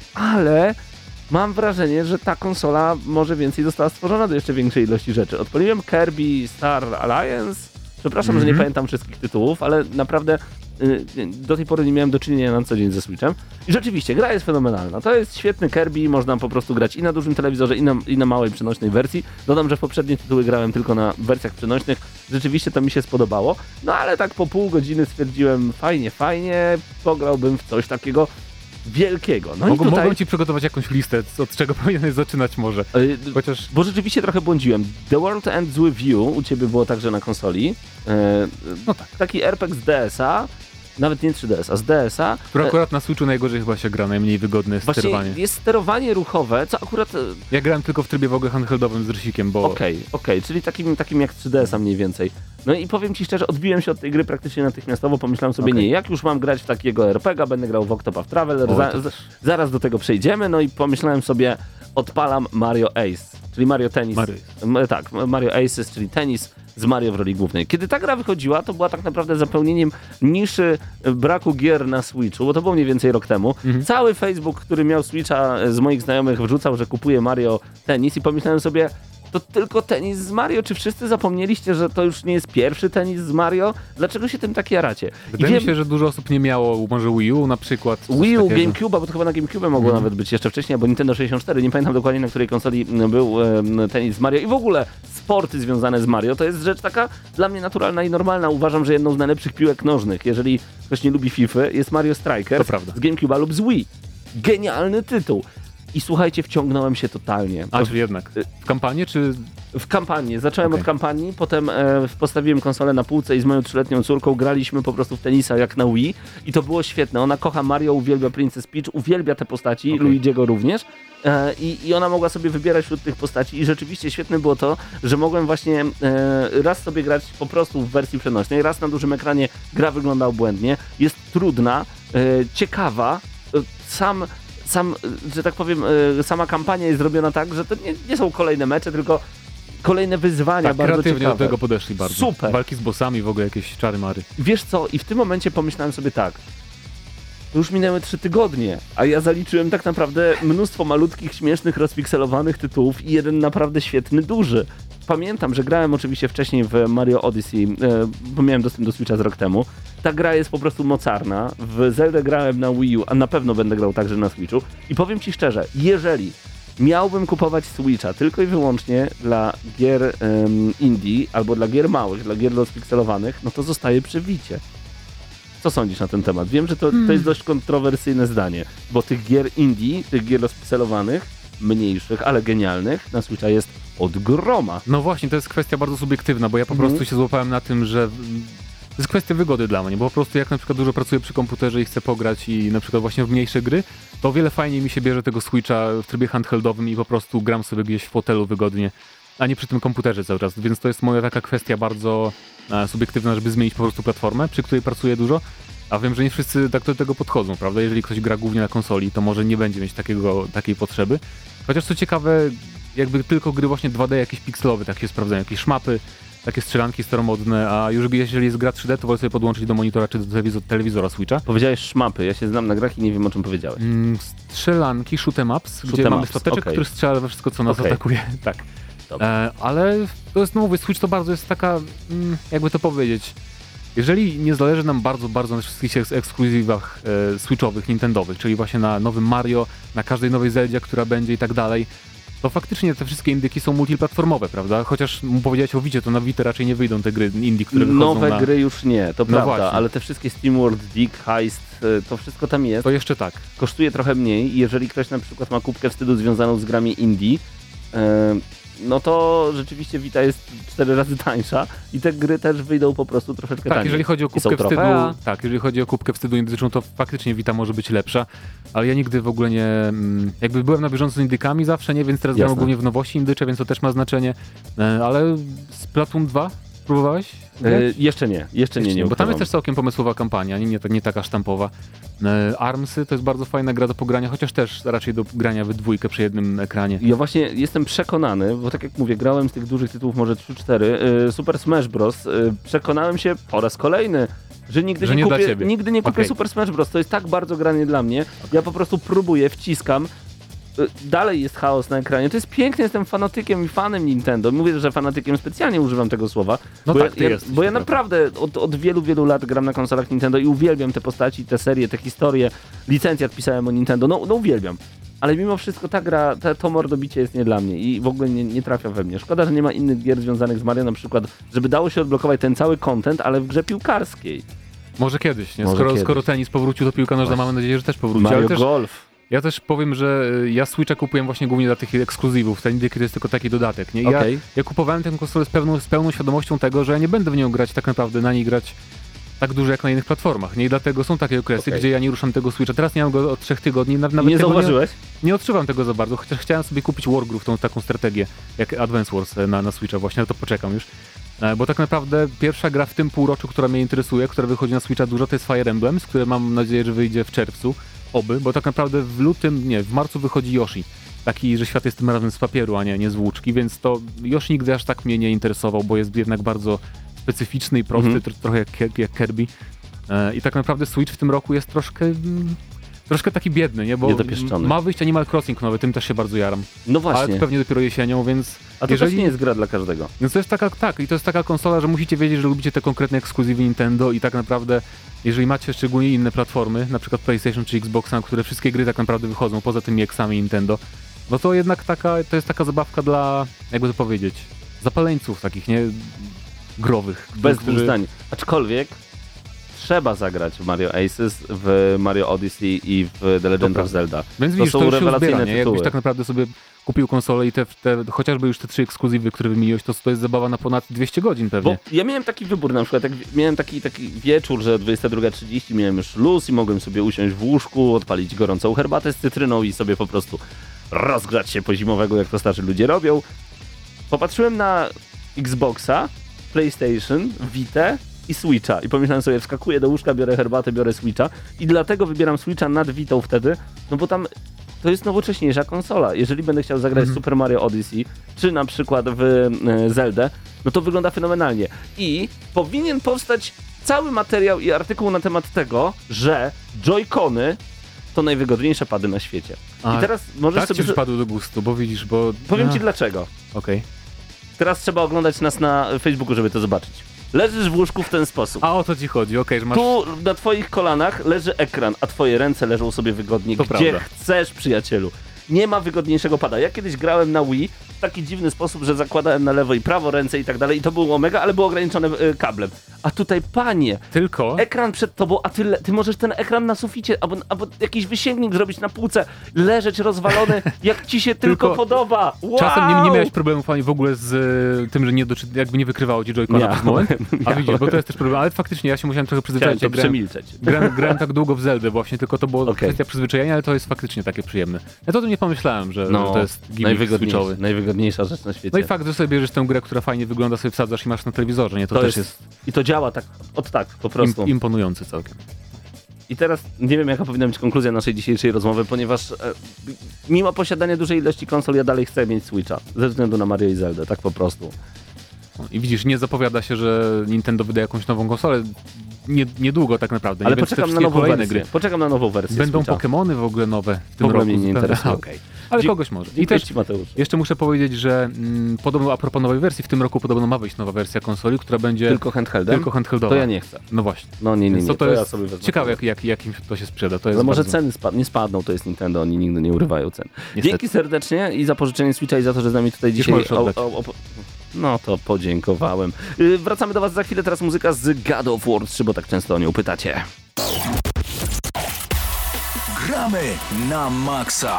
ale mam wrażenie, że ta konsola może więcej została stworzona do jeszcze większej ilości rzeczy. Odpaliłem Kirby Star Alliance. Przepraszam, że nie Mhm. pamiętam wszystkich tytułów, ale naprawdę y, do tej pory nie miałem do czynienia na co dzień ze Switchem. I rzeczywiście, gra jest fenomenalna. To jest świetny Kirby, można po prostu grać i na dużym telewizorze, i na, i na małej przenośnej wersji. Dodam, że w poprzednie tytuły grałem tylko na wersjach przenośnych. Rzeczywiście to mi się spodobało. No ale tak po pół godziny stwierdziłem, fajnie, fajnie, pograłbym w coś takiego wielkiego. No Mogą, i tutaj... mogą ci przygotować jakąś listę, od czego powinieneś zaczynać może. y, Chociaż Bo rzeczywiście trochę błądziłem. The World Ends With You u ciebie było także na konsoli. E, No tak. Taki R P G z D S a, nawet nie trzy D S a, z D S a. Które E, akurat na Switchu najgorzej chyba się gra, najmniej wygodne jest Właśnie sterowanie. jest sterowanie ruchowe, co akurat... e, Ja grałem tylko w trybie w ogóle handheldowym z rysikiem, bo Okej, okej, czyli takim, takim jak trzy D S a mniej więcej. No i powiem ci szczerze, odbiłem się od tej gry praktycznie natychmiastowo, pomyślałem sobie, Okej. nie, jak już mam grać w takiego R P G a, będę grał w Octopath Traveler, O, za, to z, zaraz do tego przejdziemy, no i pomyślałem sobie, odpalam Mario Ace, czyli Mario Tennis. Mario M- tak, Mario Aces, czyli tenis z Mario w roli głównej. Kiedy ta gra wychodziła, to była tak naprawdę zapełnieniem niszy braku gier na Switchu, bo to było mniej więcej rok temu. Mhm. Cały Facebook, który miał Switcha z moich znajomych, wrzucał, że kupuje Mario tenis i pomyślałem sobie, to tylko tenis z Mario? Czy wszyscy zapomnieliście, że to już nie jest pierwszy tenis z Mario? Dlaczego się tym tak jaracie? Wydaje mi się, że dużo osób nie miało może Wii U na przykład. Wii U, GameCube, bo to chyba na GameCube mogło mm. nawet być jeszcze wcześniej, albo Nintendo sześćdziesiąt cztery. Nie pamiętam dokładnie, na której konsoli był e, tenis z Mario. I w ogóle sporty związane z Mario to jest rzecz taka dla mnie naturalna i normalna. Uważam, że jedną z najlepszych piłek nożnych, jeżeli ktoś nie lubi FIFA, jest Mario Strikers z GameCube'a lub z Wii. Genialny tytuł. I słuchajcie, wciągnąłem się totalnie. A, czy jednak? W kampanię, czy... W kampanii. Zacząłem okay. od kampanii, potem e, postawiłem konsolę na półce i z moją trzyletnią córką graliśmy po prostu w tenisa jak na Wii i to było świetne. Ona kocha Mario, uwielbia Princess Peach, uwielbia te postaci, okay. Luigi'ego również e, i, i ona mogła sobie wybierać wśród tych postaci i rzeczywiście świetne było to, że mogłem właśnie e, raz sobie grać po prostu w wersji przenośnej, raz na dużym ekranie gra wygląda obłędnie, jest trudna, e, ciekawa, e, sam Sam, że tak powiem, sama kampania jest zrobiona tak, że to nie, nie są kolejne mecze, tylko kolejne wyzwania, tak, bardzo kreatywnie ciekawe. do tego podeszli bardzo. Super. Walki z bossami, w ogóle jakieś czary-mary. Wiesz co, i w tym momencie pomyślałem sobie tak, to już minęły trzy tygodnie, a ja zaliczyłem tak naprawdę mnóstwo malutkich, śmiesznych, rozpikselowanych tytułów i jeden naprawdę świetny, duży. Pamiętam, że grałem oczywiście wcześniej w Mario Odyssey, e, bo miałem dostęp do Switcha z rok temu. Ta gra jest po prostu mocarna. W Zeldę grałem na Wii U, a na pewno będę grał także na Switchu. I powiem ci szczerze, jeżeli miałbym kupować Switcha tylko i wyłącznie dla gier um, indie, albo dla gier małych, dla gier rozpikselowanych, no to zostaje przy Vicie. Co sądzisz na ten temat? Wiem, że to, to jest dość kontrowersyjne zdanie, bo tych gier indie, tych gier rozpikselowanych, mniejszych, ale genialnych na Switcha jest od groma. No właśnie, to jest kwestia bardzo subiektywna, bo ja po Mhm. prostu się złapałem na tym, że to jest kwestia wygody dla mnie, bo po prostu jak na przykład dużo pracuję przy komputerze i chcę pograć i na przykład właśnie w mniejsze gry, to o wiele fajniej mi się bierze tego Switcha w trybie handheldowym i po prostu gram sobie gdzieś w fotelu wygodnie, a nie przy tym komputerze cały czas, więc to jest moja taka kwestia bardzo e, subiektywna, żeby zmienić po prostu platformę, przy której pracuję dużo, a wiem, że nie wszyscy tak do tego podchodzą, prawda? Jeżeli ktoś gra głównie na konsoli, to może nie będzie mieć takiego, takiej potrzeby. Chociaż co ciekawe, jakby tylko gry właśnie dwa D jakieś pikselowe, tak się sprawdzają, jakieś szmapy, takie strzelanki staromodne, a już jeżeli jest gra trzy D, to wolę sobie podłączyć do monitora czy do telewizora, telewizora Switcha. Powiedziałeś szmapy, ja się znam na grach i nie wiem, o czym powiedziałeś. Mm, strzelanki, shoot'em ups, gdzie Shoot'em mamy ups, stateczek, okay. który strzela we wszystko, co nas Okay. atakuje. Tak. E, ale to jest, no mówię, Switch to bardzo jest taka, mm, jakby to powiedzieć, jeżeli nie zależy nam bardzo, bardzo na wszystkich eks- ekskluzywach e, switchowych, nintendowych, czyli właśnie na nowym Mario, na każdej nowej Zeldzie, która będzie i tak dalej, to faktycznie te wszystkie indyki są multiplatformowe, prawda? Chociaż mu powiedziałeś o Vicie, to na Vita raczej nie wyjdą te gry indie, które wychodzą Nowe na... gry już nie, to No prawda, właśnie. ale te wszystkie SteamWorld, Dig, Heist, y, to wszystko tam jest. To jeszcze tak. Kosztuje trochę mniej i jeżeli ktoś na przykład ma kubkę wstydu związaną z grami indie, y, no to rzeczywiście Vita jest cztery razy tańsza i te gry też wyjdą po prostu troszeczkę Tak, taniej. jeżeli chodzi o I są kubkę wstydu, trofea. tak, jeżeli chodzi o kubkę wstydu indyczną, to faktycznie Vita może być lepsza, ale ja nigdy w ogóle nie, mm, jakby byłem na bieżąco z indykami zawsze, nie, więc teraz gram Jasne. głównie w nowości indycze, więc to też ma znaczenie, e, ale Splatoon dwa próbowałeś? Y, jeszcze nie, jeszcze nie, nie Bo tam ukrywam. jest też całkiem pomysłowa kampania, nie, nie, nie taka sztampowa. E, Armsy to jest bardzo fajna gra do pogrania, chociaż też raczej do grania we dwójkę przy jednym ekranie. Ja właśnie jestem przekonany, bo tak jak mówię, grałem z tych dużych tytułów może trzy cztery, y, Super Smash Bros. Y, przekonałem się po raz kolejny, że nigdy Że nie, nie dla kupię, ciebie. nigdy nie kupię Okej. Super Smash Bros. To jest tak bardzo granie dla mnie. Ja po prostu próbuję, wciskam. Y, Dalej jest chaos na ekranie. To jest piękne, jestem fanatykiem i fanem Nintendo. Mówię, że fanatykiem specjalnie używam tego słowa. No bo tak, ja, ty ja, jesteś, bo ja to naprawdę od, od wielu, wielu lat gram na konsolach Nintendo i uwielbiam te postaci, te serie, te historie. Licencjat pisałem o Nintendo, no, no uwielbiam. Ale mimo wszystko ta gra, ta, to mordobicie jest nie dla mnie i w ogóle nie, nie trafia we mnie. Szkoda, że nie ma innych gier związanych z Mario, na przykład, żeby dało się odblokować ten cały content, ale w grze piłkarskiej. Może kiedyś, nie? Może Skoro, kiedyś. skoro tenis powrócił do piłka nożna, mamy nadzieję, że też powróci. Mario Ale też, Golf. ja też powiem, że y, ja Switcha kupiłem właśnie głównie dla tych ekskluzywów. Ten indyk to jest tylko taki dodatek, nie? I Okej. ja, ja kupowałem tę konsolę z pełną, z pełną świadomością tego, że ja nie będę w nią grać tak naprawdę, na niej grać tak dużo jak na innych platformach, nie? I dlatego są takie okresy, Okej. gdzie ja nie ruszam tego Switcha. Teraz nie mam go od trzech tygodni, na- nawet Nie tego zauważyłeś? Nie, nie odczuwam tego za bardzo, chociaż chciałem sobie kupić Wargroove, tą taką strategię, jak Advance Wars e, na, na Switcha właśnie, ale to poczekam już. E, Bo tak naprawdę pierwsza gra w tym półroczu, która mnie interesuje, która wychodzi na Switcha dużo, to jest Fire Emblem, z które mam nadzieję, że wyjdzie w czerwcu, oby, bo tak naprawdę w lutym, nie, w marcu wychodzi Yoshi. taki, że świat jest tym razem z papieru, a nie, nie z włóczki, więc to już nigdy aż tak mnie nie interesował, bo jest jednak bardzo specyficzny i prosty, Mhm. tr- trochę jak, jak Kirby. E, I tak naprawdę Switch w tym roku jest troszkę... Mm, troszkę taki biedny, nie? Bo Niedopieszczony. ma wyjść Animal Crossing nowy, tym też się bardzo jaram. No Ale właśnie. to pewnie dopiero jesienią, więc A to jeżeli... też nie jest gra dla każdego. No to jest taka, tak, i to jest taka konsola, że musicie wiedzieć, że lubicie te konkretne ekskluzywy Nintendo i tak naprawdę, jeżeli macie szczególnie inne platformy, na przykład PlayStation czy Xbox, na które wszystkie gry tak naprawdę wychodzą, poza tymi eksami Nintendo, no to jednak taka, to jest taka zabawka dla, jakby to powiedzieć, zapaleńców takich, nie? Growych. Bez którzy- dwóch zdań. Aczkolwiek trzeba zagrać w Mario Aces, w Mario Odyssey i w The Legend To of Zelda. Więc To widzisz, są to, już się rewelacyjne uzbiera, nie? tytuły. Jakbyś tak naprawdę sobie kupił konsolę i te, te, chociażby już te trzy ekskluzywy, które wymieniłeś, to, to jest zabawa na ponad dwieście godzin pewnie. Bo ja miałem taki wybór, na przykład jak miałem taki, taki wieczór, że dwudziesta druga trzydzieści miałem już luz i mogłem sobie usiąść w łóżku, odpalić gorącą herbatę z cytryną i sobie po prostu rozgrzać się po zimowego, jak to starzy ludzie robią. Popatrzyłem na Xboxa, PlayStation, Vita i Switcha i pomyślałem sobie, wskakuję do łóżka, biorę herbatę, biorę Switcha i dlatego wybieram Switcha nad Vitą wtedy, no bo tam to jest nowocześniejsza konsola. Jeżeli będę chciał zagrać w Super Mario Odyssey, czy na przykład w e, Zeldę, no to wygląda fenomenalnie. I powinien powstać cały materiał i artykuł na temat tego, że Joy-Cony to najwygodniejsze pady na świecie. A, I teraz możesz tak sobie... ci przypadło do gustu, bo widzisz, bo... Powiem A, ci dlaczego. Okej. Teraz trzeba oglądać nas na Facebooku, żeby to zobaczyć. Leżysz w łóżku w ten sposób. A o to ci chodzi, okej, że masz... Tu na twoich kolanach leży ekran, a twoje ręce leżą sobie wygodnie, To gdzie prawda. chcesz, przyjacielu. Nie ma wygodniejszego pada. Ja kiedyś grałem na Wii w taki dziwny sposób, że zakładałem na lewo i prawo ręce i tak dalej i to było mega, ale było ograniczone y, kablem. A tutaj, panie, Tylko... ekran przed tobą, a ty, le- ty możesz ten ekran na suficie albo, albo jakiś wysięgnik zrobić na półce, leżeć rozwalony, jak ci się tylko, Tylko podoba. Wow! Czasem nie, nie miałeś problemów ani w ogóle z e, tym, że nie doczy... jakby nie wykrywało ci Joy-Cona Miałem, przez moment? A miałem. widzisz, bo to jest też problem, ale faktycznie ja się musiałem trochę Chciałem przyzwyczaić, to jak grałem, przemilczeć. grałem, grałem tak długo w Zeldę właśnie, tylko to było Okej. kwestia przyzwyczajenia, ale to jest faktycznie takie przyjemne. Ja to o tym nie pomyślałem, że, No, że to jest gimmick najwygodniejszy, switchowy. najwygodniejsza rzecz na świecie. No i fakt, że sobie bierzesz tę grę, która fajnie wygląda, sobie wsadzasz i masz na telewizorze, nie? To, To też jest, jest, I to działa tak, od tak, po prostu. im, imponujące całkiem. I teraz nie wiem, jaka powinna być konkluzja naszej dzisiejszej rozmowy, ponieważ e, mimo posiadania dużej ilości konsol, ja dalej chcę mieć Switcha. Ze względu na Mario i Zeldę, tak po prostu. I widzisz, nie zapowiada się, że Nintendo wyda jakąś nową konsolę. Nie, niedługo tak naprawdę. Ale nie? Więc te poczekam na wszystkie nową kolejne wersję. gry. Poczekam na nową wersję Będą Switcha. Pokemony w ogóle nowe w W tym ogóle roku. mnie nie zupełnie. interesuje. Okej. Ale Dzie- kogoś może. I Dziękuję też ci, Mateusz. jeszcze muszę powiedzieć, że mm, podobno a propos nowej wersji, w tym roku podobno ma wyjść nowa wersja konsoli, która będzie Tylko handheldem? tylko handheldowa. To ja nie chcę. No właśnie. No nie, nie, Więc nie. to, to ja jest sobie wezmę. ciekawe, jak, jak, jak im to się sprzeda. To jest Ale może bardzo... ceny spad- nie spadną, to jest Nintendo, oni nigdy nie urywają cen. Niestety. Dzięki serdecznie i za pożyczenie Switcha i za to, że z nami tutaj dzisiaj... możesz oddać. No to podziękowałem. Yy, wracamy do was za chwilę, teraz muzyka z God of War trzy, bo tak często o nią pytacie. Gramy na maksa.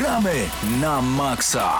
Gramy na maksa.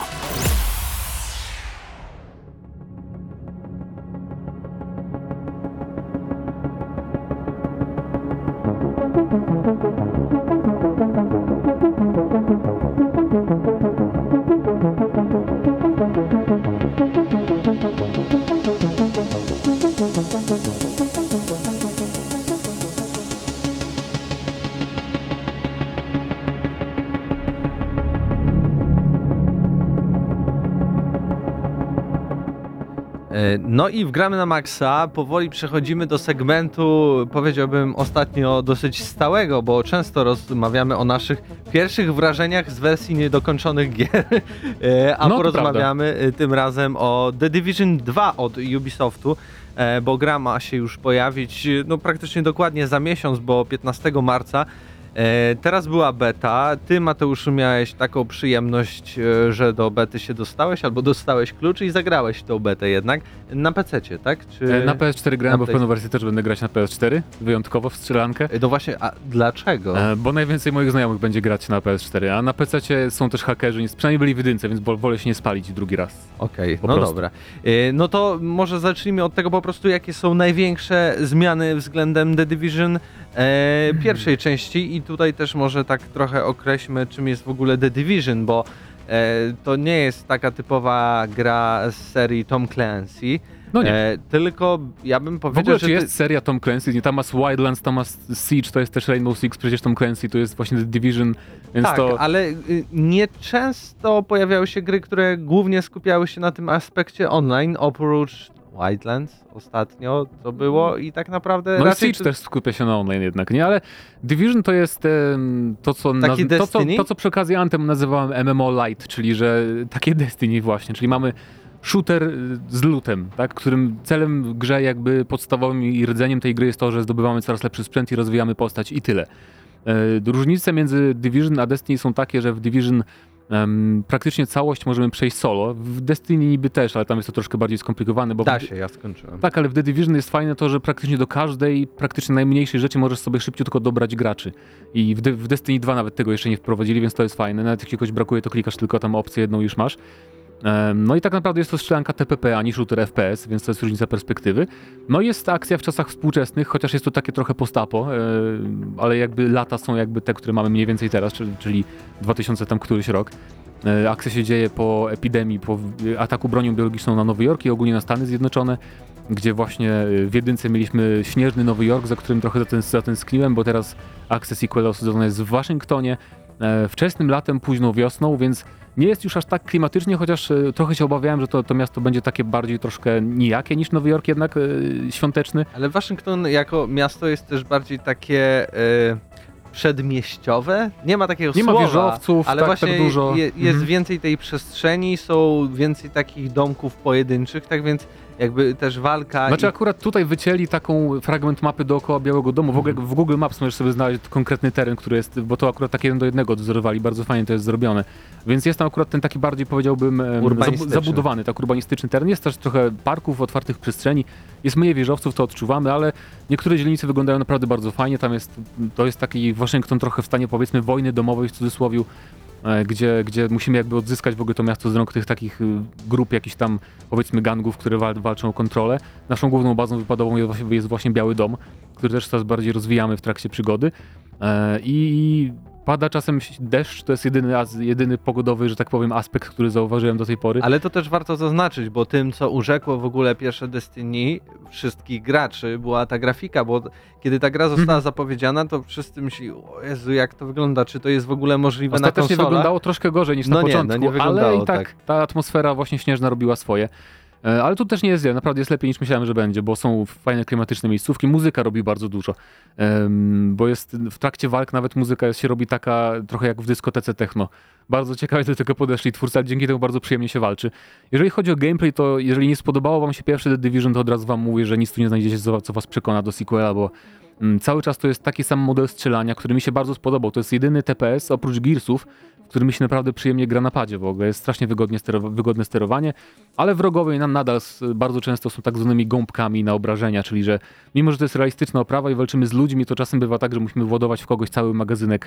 No i w Gramy na Maxa powoli przechodzimy do segmentu, powiedziałbym ostatnio dosyć stałego, bo często rozmawiamy o naszych pierwszych wrażeniach z wersji niedokończonych gier, E, a No, to porozmawiamy e, tym razem o The Division dwa od Ubisoftu, e, bo gra ma się już pojawić e, no praktycznie dokładnie za miesiąc, bo piętnastego marca. E, teraz była beta. Ty, Mateuszu, miałeś taką przyjemność, e, że do bety się dostałeś, albo dostałeś klucz i zagrałeś tą betę jednak na pececie, tak? Czy... E, Na P S cztery grałem, na bo w Play- pewną wersję też będę grać na P S cztery, wyjątkowo w strzelankę. E, No właśnie, a dlaczego? E, Bo najwięcej moich znajomych będzie grać na P S cztery, a na pececie są też hakerzy, więc przynajmniej byli w jedynce, więc wo- wolę się nie spalić drugi raz. Okej, po no prostu. dobra. E, No to może zacznijmy od tego po prostu, jakie są największe zmiany względem The Division e, pierwszej części i tutaj też może tak trochę określmy, czym jest w ogóle The Division, bo e, to nie jest taka typowa gra z serii Tom Clancy, No nie. e, tylko ja bym W powiedział, ogóle że czy ty- jest seria Tom Clancy? Nie, tam masz Wildlands, tam masz Siege, to jest też Rainbow Six, przecież Tom Clancy to jest właśnie The Division, więc tak, to... ale y, nieczęsto pojawiały się gry, które głównie skupiały się na tym aspekcie online, oprócz Wildlands ostatnio to było i tak naprawdę No i raczej Siege to- też skupia się na online jednak, nie? Ale Division to jest em, to, co, naz- Taki to, co, Destiny? to, co przy okazji Anthem nazywałem M M O Light, czyli że takie Destiny właśnie, czyli mamy shooter y, z lootem, tak? Którym celem w grze jakby podstawowym i rdzeniem tej gry jest to, że zdobywamy coraz lepszy sprzęt i rozwijamy postać i tyle. E, różnice między Division a Destiny są takie, że w Division em, praktycznie całość możemy przejść solo, w Destiny niby też, ale tam jest to troszkę bardziej skomplikowane, bo w, Da się, ja skończyłem. tak, ale w The Division jest fajne to, że praktycznie do każdej, praktycznie najmniejszej rzeczy możesz sobie szybciutko dobrać graczy. I w, De- w Destiny dwa nawet tego jeszcze nie wprowadzili, więc to jest fajne. Nawet jak czegoś brakuje, to klikasz tylko tam opcję jedną już masz. Em, No i tak naprawdę jest to strzelanka T P P, a nie shooter F P S, więc to jest różnica perspektywy. No i jest ta akcja w czasach współczesnych, chociaż jest to takie trochę post-apo, e, ale jakby lata są jakby te, które mamy mniej więcej teraz, czyli, czyli dwa tysiące tam któryś rok. E, Akcja się dzieje po epidemii, po w- ataku bronią biologiczną na Nowy Jork i ogólnie na Stany Zjednoczone, gdzie właśnie w jedynce mieliśmy śnieżny Nowy Jork, za którym trochę zatęs- zatęskniłem, bo teraz akcja sequela osadzona jest w Waszyngtonie, e, wczesnym latem, późną wiosną, więc nie jest już aż tak klimatycznie, chociaż e, trochę się obawiałem, że to, to miasto będzie takie bardziej troszkę nijakie niż Nowy Jork jednak e, świąteczny. Ale Waszyngton jako miasto jest też bardziej takie e, przedmieściowe. Nie ma takiego Nie ma słowa, wieżowców, ale tak- właśnie tak dużo. Je, jest Mhm. więcej tej przestrzeni, są więcej takich domków pojedynczych, tak więc jakby też walka Znaczy i... akurat tutaj wycięli taką fragment mapy dookoła Białego Domu. W ogóle w Google Maps możesz sobie znaleźć konkretny teren, który jest, bo to akurat tak jeden do jednego odzorowali, bardzo fajnie to jest zrobione. Więc jest tam akurat ten taki bardziej powiedziałbym em, Urbanistyczny. zabu- zabudowany, tak urbanistyczny teren. Jest też trochę parków, otwartych przestrzeni, jest mniej wieżowców, to odczuwamy, ale niektóre dzielnice wyglądają naprawdę bardzo fajnie. Tam jest, to jest taki Waszyngton trochę w stanie powiedzmy wojny domowej w cudzysłowie, e, gdzie, gdzie musimy jakby odzyskać w ogóle to miasto z rąk tych takich y, grup jakichś tam powiedzmy gangów, które wal, walczą o kontrolę. Naszą główną bazą wypadową jest właśnie, jest właśnie Biały Dom, który też coraz bardziej rozwijamy w trakcie przygody. E, I pada czasem deszcz, to jest jedyny, az- jedyny pogodowy, że tak powiem, aspekt, który zauważyłem do tej pory. Ale to też warto zaznaczyć, bo tym, co urzekło w ogóle pierwsze Destiny wszystkich graczy, była ta grafika, bo kiedy ta gra została Mhm. zapowiedziana, to wszyscy myśleli, o Jezu, jak to wygląda, czy to jest w ogóle możliwe na Ostatecznie konsolach? wyglądało troszkę gorzej niż No na nie, no początku, nie wyglądało ale i tak, tak. ta atmosfera właśnie śnieżna robiła swoje. E, Ale tu też nie jest źle, naprawdę jest lepiej niż myślałem, że będzie, bo są fajne, klimatyczne miejscówki, muzyka robi bardzo dużo, Em, bo jest w trakcie walk nawet muzyka się robi taka trochę jak w dyskotece techno. Bardzo ciekawie do tego podeszli twórcy, ale dzięki temu bardzo przyjemnie się walczy. Jeżeli chodzi o gameplay, to jeżeli nie spodobało wam się pierwszy The Division, to od razu wam mówię, że nic tu nie znajdziecie, co, co was przekona do sequela, bo mm, cały czas to jest taki sam model strzelania, który mi się bardzo spodobał. To jest jedyny T P S oprócz Gearsów, w którym mi się naprawdę przyjemnie gra na padzie w ogóle. Jest strasznie wygodnie sterowa- wygodne sterowanie, ale wrogowie nam nadal s- bardzo często są tak zwanymi gąbkami na obrażenia, czyli że mimo, że to jest realistyczna oprawa i walczymy z ludźmi, to czasem bywa tak, że musimy władować w kogoś cały magazynek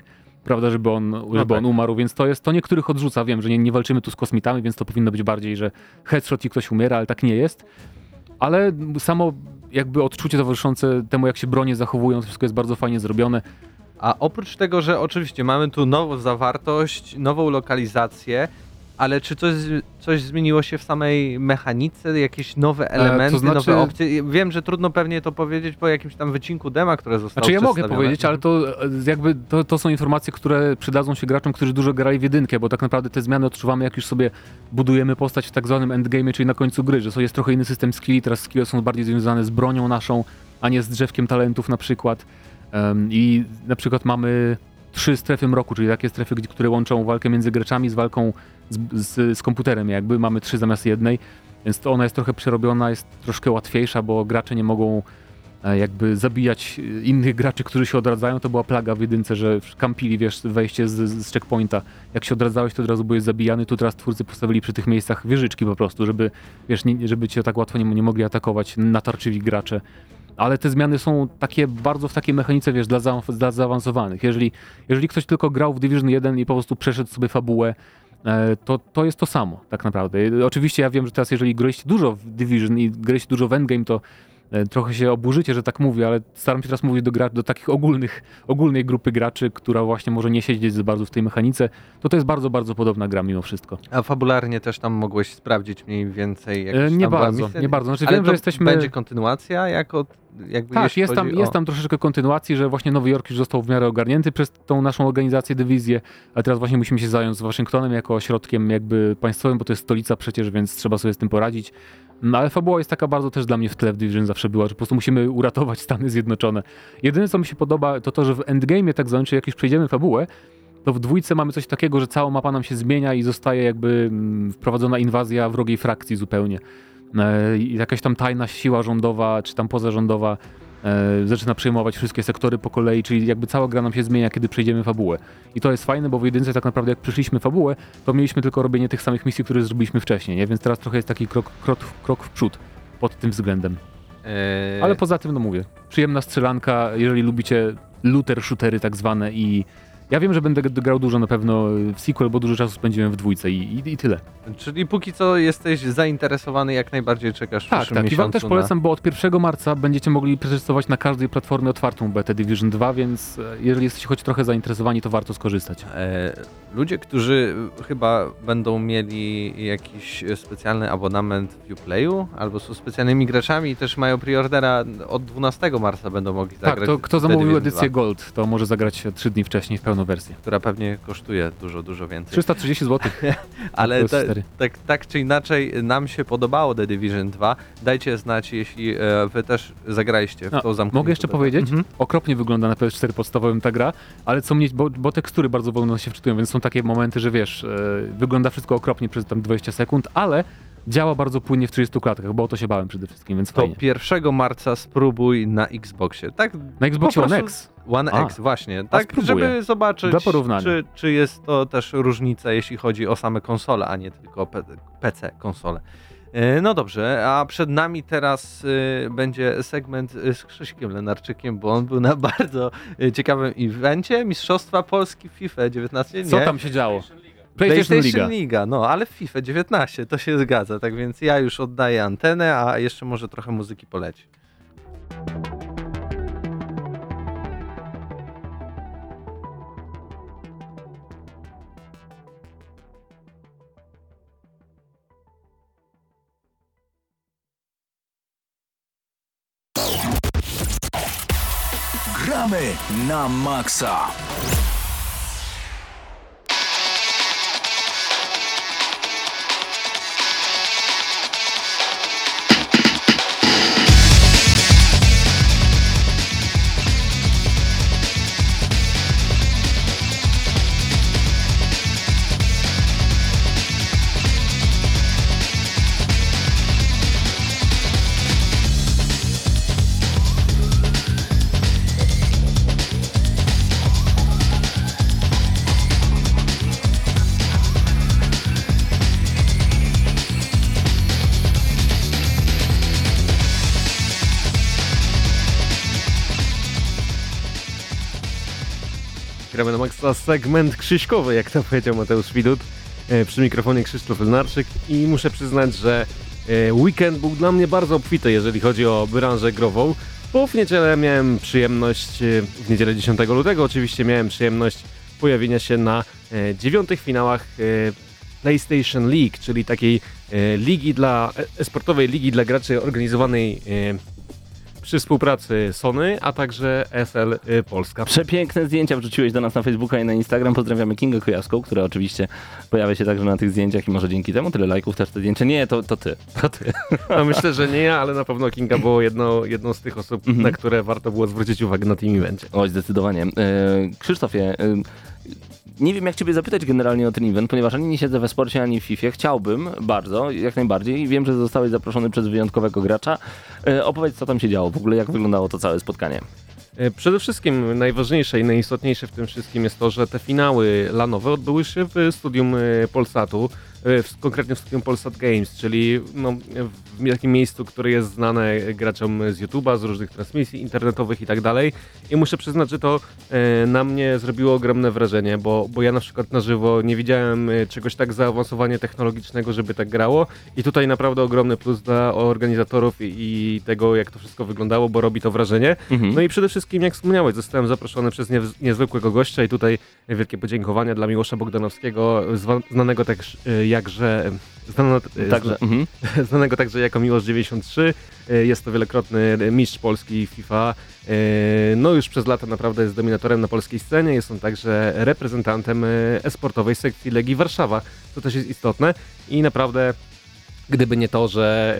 prawda, żeby on, żeby tak. on umarł, więc to jest, to niektórych odrzuca, wiem, że nie, nie walczymy tu z kosmitami, więc to powinno być bardziej, że headshot i ktoś umiera, ale tak nie jest. Ale samo jakby odczucie towarzyszące temu, jak się bronie zachowują, to wszystko jest bardzo fajnie zrobione. A oprócz tego, że oczywiście mamy tu nową zawartość, nową lokalizację, ale czy coś, coś zmieniło się w samej mechanice, jakieś nowe elementy, to znaczy- nowe opcje? Wiem, że trudno pewnie to powiedzieć po jakimś tam wycinku dema, które zostało Znaczy ja mogę przedstawione. powiedzieć, ale to e, jakby to, to są informacje, które przydadzą się graczom, którzy dużo grali w jedynkę, bo tak naprawdę te zmiany odczuwamy, jak już sobie budujemy postać w tak zwanym endgame, czyli na końcu gry, że to jest trochę inny system skilli, teraz skille są bardziej związane z bronią naszą, a nie z drzewkiem talentów na przykład. Um, I na przykład mamy trzy strefy mroku, czyli takie strefy, gdzie- które łączą walkę między graczami z walką z, z, z komputerem, jakby mamy trzy zamiast jednej, więc to ona jest trochę przerobiona, jest troszkę łatwiejsza, bo gracze nie mogą e, jakby zabijać e, innych graczy, którzy się odradzają. To była plaga w jedynce, że kampili, wiesz, wejście z, z checkpointa. Jak się odradzałeś, to od razu byłeś zabijany. Tu teraz twórcy postawili przy tych miejscach wieżyczki po prostu, żeby, wiesz, nie, żeby cię tak łatwo nie, nie mogli atakować natarczywi gracze. Ale te zmiany są takie bardzo w takiej mechanice, wiesz, dla, za, dla zaawansowanych. Jeżeli, jeżeli ktoś tylko grał w Division jeden i po prostu przeszedł sobie fabułę, e, to, to jest to samo tak naprawdę. E, Oczywiście ja wiem, że teraz jeżeli graliście dużo w Division i graliście dużo w Endgame, to e, trochę się oburzycie, że tak mówię, ale staram się teraz mówić do, gra, do takich ogólnych, ogólnej grupy graczy, która właśnie może nie siedzieć za bardzo w tej mechanice, to to jest bardzo, bardzo podobna gra mimo wszystko. A fabularnie też tam mogłeś sprawdzić mniej więcej? E, jakieś nie tam była bardzo, misja? nie bardzo. Znaczy Ale wiem, to że jesteśmy... będzie kontynuacja jako jakby Tak, jeśli jest tam, chodzi jest o... tam troszeczkę kontynuacji, że właśnie Nowy Jork już został w miarę ogarnięty przez tą naszą organizację, dywizję, a teraz właśnie musimy się zająć z Waszyngtonem jako ośrodkiem jakby państwowym, bo to jest stolica przecież, więc trzeba sobie z tym poradzić. No ale fabuła jest taka bardzo też dla mnie w tle w Division zawsze była, że po prostu musimy uratować Stany Zjednoczone. Jedyne co mi się podoba to to, że w endgame'ie tak zwanym, czy jak już przejdziemy fabułę, to w dwójce mamy coś takiego, że cała mapa nam się zmienia i zostaje jakby mm, wprowadzona inwazja wrogiej frakcji zupełnie. E, i jakaś tam tajna siła rządowa, czy tam pozarządowa e, zaczyna przejmować wszystkie sektory po kolei, czyli jakby cała gra nam się zmienia, kiedy przejdziemy fabułę. I to jest fajne, bo w jedynce tak naprawdę jak przyszliśmy fabułę, to mieliśmy tylko robienie tych samych misji, które zrobiliśmy wcześniej, nie? Więc teraz trochę jest taki krok, krok, krok w przód pod tym względem. Eee, Ale poza tym, no mówię, przyjemna strzelanka, jeżeli lubicie looter shootery tak zwane i ja wiem, że będę grał dużo na pewno w sequel, bo dużo czasu spędziłem w dwójce i, i, i tyle. Czyli póki co jesteś zainteresowany, jak najbardziej czekasz w Tak, przyszłym tak. I miesiącu wam też na- polecam, bo od pierwszego marca będziecie mogli przetestować na każdej platformie otwartą betę Division dwa, więc e, jeżeli jesteście choć trochę zainteresowani, to warto skorzystać. E, Ludzie, którzy chyba będą mieli jakiś specjalny abonament w Uplayu, albo są specjalnymi graczami i też mają preordera, od dwunastego marca będą mogli zagrać. Tak, to kto w The zamówił Division edycję dwa, Gold, to może zagrać trzy dni wcześniej w pełną wersję. która pewnie kosztuje dużo, dużo więcej. trzysta trzydzieści złotych. Ale plus te, cztery. tak, tak czy inaczej nam się podobało The Division dwa. Dajcie znać, jeśli e, wy też zagraliście w No, tą zamkniętą mogę jeszcze betę. powiedzieć? Mhm. Okropnie wygląda na P S cztery podstawowym ta gra, ale co mnie, bo, bo tekstury bardzo wolno się wczytują, więc są takie momenty, że wiesz, e, wygląda wszystko okropnie przez tam dwadzieścia sekund, ale działa bardzo płynnie w trzydziestu klatkach, bo o to się bałem przede wszystkim, więc To fajnie. pierwszego marca spróbuj na Xboxie. Tak, Na Xboxie po One prostu- X. One A, X, właśnie. Tak, spróbuję. żeby zobaczyć, Dla porównania. czy, czy jest to też różnica, jeśli chodzi o same konsole, a nie tylko o P- P C konsole. E, No dobrze, a przed nami teraz y, będzie segment y, z Krzyśkiem Lenarczykiem, bo on był na bardzo y, ciekawym evencie Mistrzostwa Polski w FIFA dziewiętnaście. Co nie? tam się działo? PlayStation, PlayStation Liga. Liga, no ale w FIFA dziewiętnaście, to się zgadza, tak więc ja już oddaję antenę, a jeszcze może trochę muzyki poleci. Gramy na maksa. Gramy na Maxa, segment krzyśkowy, jak to powiedział Mateusz Widut. E, Przy mikrofonie Krzysztof Lenarczyk i muszę przyznać, że e, weekend był dla mnie bardzo obfity, jeżeli chodzi o branżę grową, bo w niedzielę miałem przyjemność, e, w niedzielę dziesiątego lutego oczywiście miałem przyjemność pojawienia się na e, dziewiątych finałach e, PlayStation League, czyli takiej e, ligi dla, e, sportowej ligi dla graczy organizowanej e, przy współpracy Sony, a także S L y, Polska. Przepiękne zdjęcia wrzuciłeś do nas na Facebooka i na Instagram. Pozdrawiamy Kingę Kujawską, która oczywiście pojawia się także na tych zdjęciach i może dzięki temu tyle lajków też te zdjęcia. Nie, to, to ty. To ty. No myślę, że nie ja, ale na pewno Kinga było jedno, jedną z tych osób, Mhm. na które warto było zwrócić uwagę na tym evencie. Oj, zdecydowanie. E, Krzysztofie, e, nie wiem jak ciebie zapytać generalnie o ten event, ponieważ ani nie siedzę we sporcie, ani w Fifie. Chciałbym bardzo, jak najbardziej. I wiem, że zostałeś zaproszony przez wyjątkowego gracza. E, opowiedz, co tam się działo, w ogóle jak wyglądało to całe spotkanie. E, Przede wszystkim najważniejsze i najistotniejsze w tym wszystkim jest to, że te finały lanowe odbyły się w studium e, Polsatu, e, w, konkretnie w studium Polsat Games, czyli no, w takim miejscu, które jest znane graczom z YouTube'a, z różnych transmisji internetowych i tak dalej. I muszę przyznać, że to e, na mnie zrobiło ogromne wrażenie, bo, bo ja na przykład na żywo nie widziałem e, czegoś tak zaawansowanie technologicznego, żeby tak grało. I tutaj naprawdę ogromny plus dla organizatorów i, i tego, jak to wszystko wyglądało, bo robi to wrażenie. Mhm. No i przede wszystkim, jak wspomniałeś, zostałem zaproszony przez nie, niezwykłego gościa i tutaj wielkie podziękowania dla Miłosza Bogdanowskiego, zwa, znanego też e, jakże... Znano, e, Także, mhm. znanego także jako Miłosz dziewięćdziesiąt trzy. E, Jest to wielokrotny mistrz Polski FIFA. E, No już przez lata naprawdę jest dominatorem na polskiej scenie. Jest on także reprezentantem e, e-sportowej sekcji Legii Warszawa, co też jest istotne. I naprawdę, gdyby nie to, że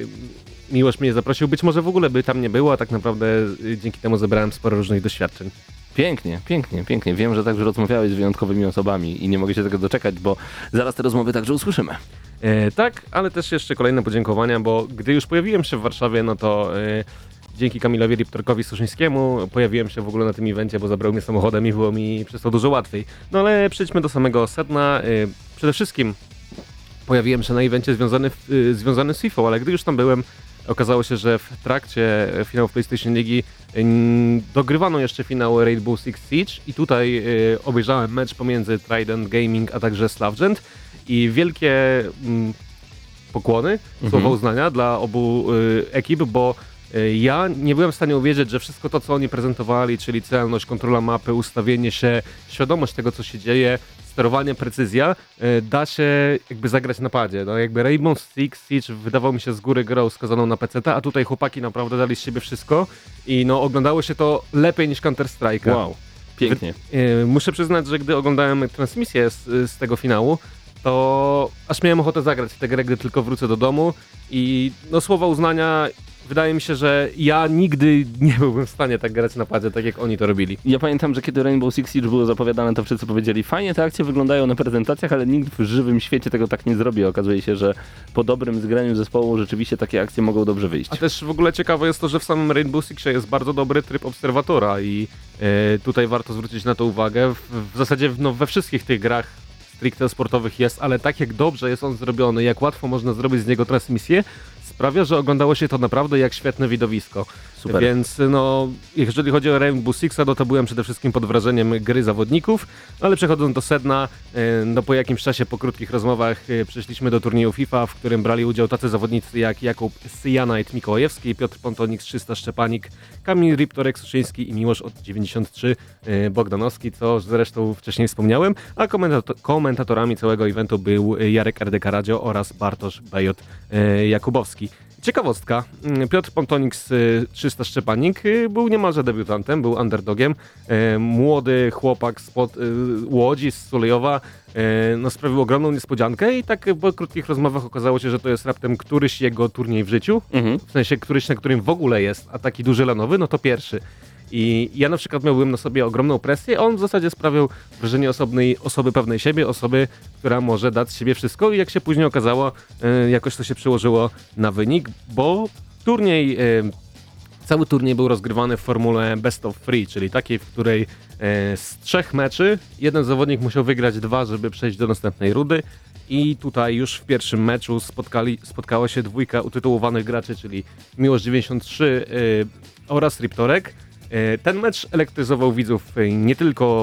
e, Miłosz mnie zaprosił, być może w ogóle by tam nie było, a tak naprawdę e, dzięki temu zebrałem sporo różnych doświadczeń. Pięknie, pięknie, pięknie. Wiem, że także rozmawiałeś z wyjątkowymi osobami i nie mogę się tego doczekać, bo zaraz te rozmowy także usłyszymy. E, tak, ale też jeszcze kolejne podziękowania, bo gdy już pojawiłem się w Warszawie, no to e, dzięki Kamilowi Riptorkowi Suszyńskiemu pojawiłem się w ogóle na tym evencie, bo zabrał mnie samochodem i było mi przez to dużo łatwiej. No ale przejdźmy do samego sedna. E, przede wszystkim pojawiłem się na evencie związany, w, e, związany z FIFA, ale gdy już tam byłem, okazało się, że w trakcie finału PlayStation Ligi e, dogrywano jeszcze finał Rainbow Six Siege i tutaj e, obejrzałem mecz pomiędzy Trident Gaming a także Slavgent. I wielkie mm, pokłony, Mhm. słowa uznania dla obu y, ekip, bo y, ja nie byłem w stanie uwierzyć, że wszystko to, co oni prezentowali, czyli celność, kontrola mapy, ustawienie się, świadomość tego, co się dzieje, sterowanie, precyzja, y, da się jakby zagrać na padzie. No, jakby Rainbow Six Siege wydawał mi się z góry grą skazaną na peceta, a tutaj chłopaki naprawdę dali z siebie wszystko i no, oglądało się to lepiej niż Counter-Strike'a. Wow, pięknie. Y, Muszę przyznać, że gdy oglądałem transmisję z, z tego finału, to aż miałem ochotę zagrać w tę grę, gdy tylko wrócę do domu i no słowa uznania, wydaje mi się, że ja nigdy nie byłbym w stanie tak grać na padzie, tak jak oni to robili. Ja pamiętam, że kiedy Rainbow Six Siege było zapowiadane, to wszyscy powiedzieli, fajnie te akcje wyglądają na prezentacjach, ale nikt w żywym świecie tego tak nie zrobi. Okazuje się, że po dobrym zgraniu zespołu rzeczywiście takie akcje mogą dobrze wyjść. A też w ogóle ciekawe jest to, że w samym Rainbow Sixie jest bardzo dobry tryb obserwatora i e, tutaj warto zwrócić na to uwagę. W, w zasadzie no, we wszystkich tych grach stricte sportowych jest, ale tak jak dobrze jest on zrobiony, jak łatwo można zrobić z niego transmisję, sprawia, że oglądało się to naprawdę jak świetne widowisko. Super. Więc no, jeżeli chodzi o Rainbow Sixa, no to byłem przede wszystkim pod wrażeniem gry zawodników, ale przechodząc do sedna, e, no po jakimś czasie, po krótkich rozmowach e, przeszliśmy do turnieju FIFA, w którym brali udział tacy zawodnicy jak Jakub Syjanajt Mikołajewski, Piotr Pontonik z trzysta Szczepanik, Kamil Riptorek Suszyński i Miłosz od dziewięćdziesiąt trzy e, Bogdanowski, co zresztą wcześniej wspomniałem, a komentato- komentatorami całego eventu był Jarek R D K Radio oraz Bartosz B J e, Jakubowski. Ciekawostka, Piotr Pontonik z y, trzysta Szczepanik y, był niemalże debiutantem, był underdogiem. E, młody chłopak spod y, Łodzi, z Sulejowa, e, no, sprawił ogromną niespodziankę i tak po krótkich rozmowach okazało się, że to jest raptem któryś jego turniej w życiu, Mhm. w sensie któryś, na którym w ogóle jest, a taki duży lanowy, no to pierwszy. I ja na przykład miałbym na sobie ogromną presję, a on w zasadzie sprawiał wrażenie osobnej, osoby pewnej siebie, osoby, która może dać z siebie wszystko i jak się później okazało, e, jakoś to się przełożyło na wynik, bo turniej, e, cały turniej był rozgrywany w formule best of three, czyli takiej, w której e, z trzech meczy jeden zawodnik musiał wygrać dwa, żeby przejść do następnej rundy. I tutaj już w pierwszym meczu spotkali, spotkała się dwójka utytułowanych graczy, czyli Miłosz dziewięćdziesiąt trzy e, oraz Riptorek. Ten mecz elektryzował widzów nie tylko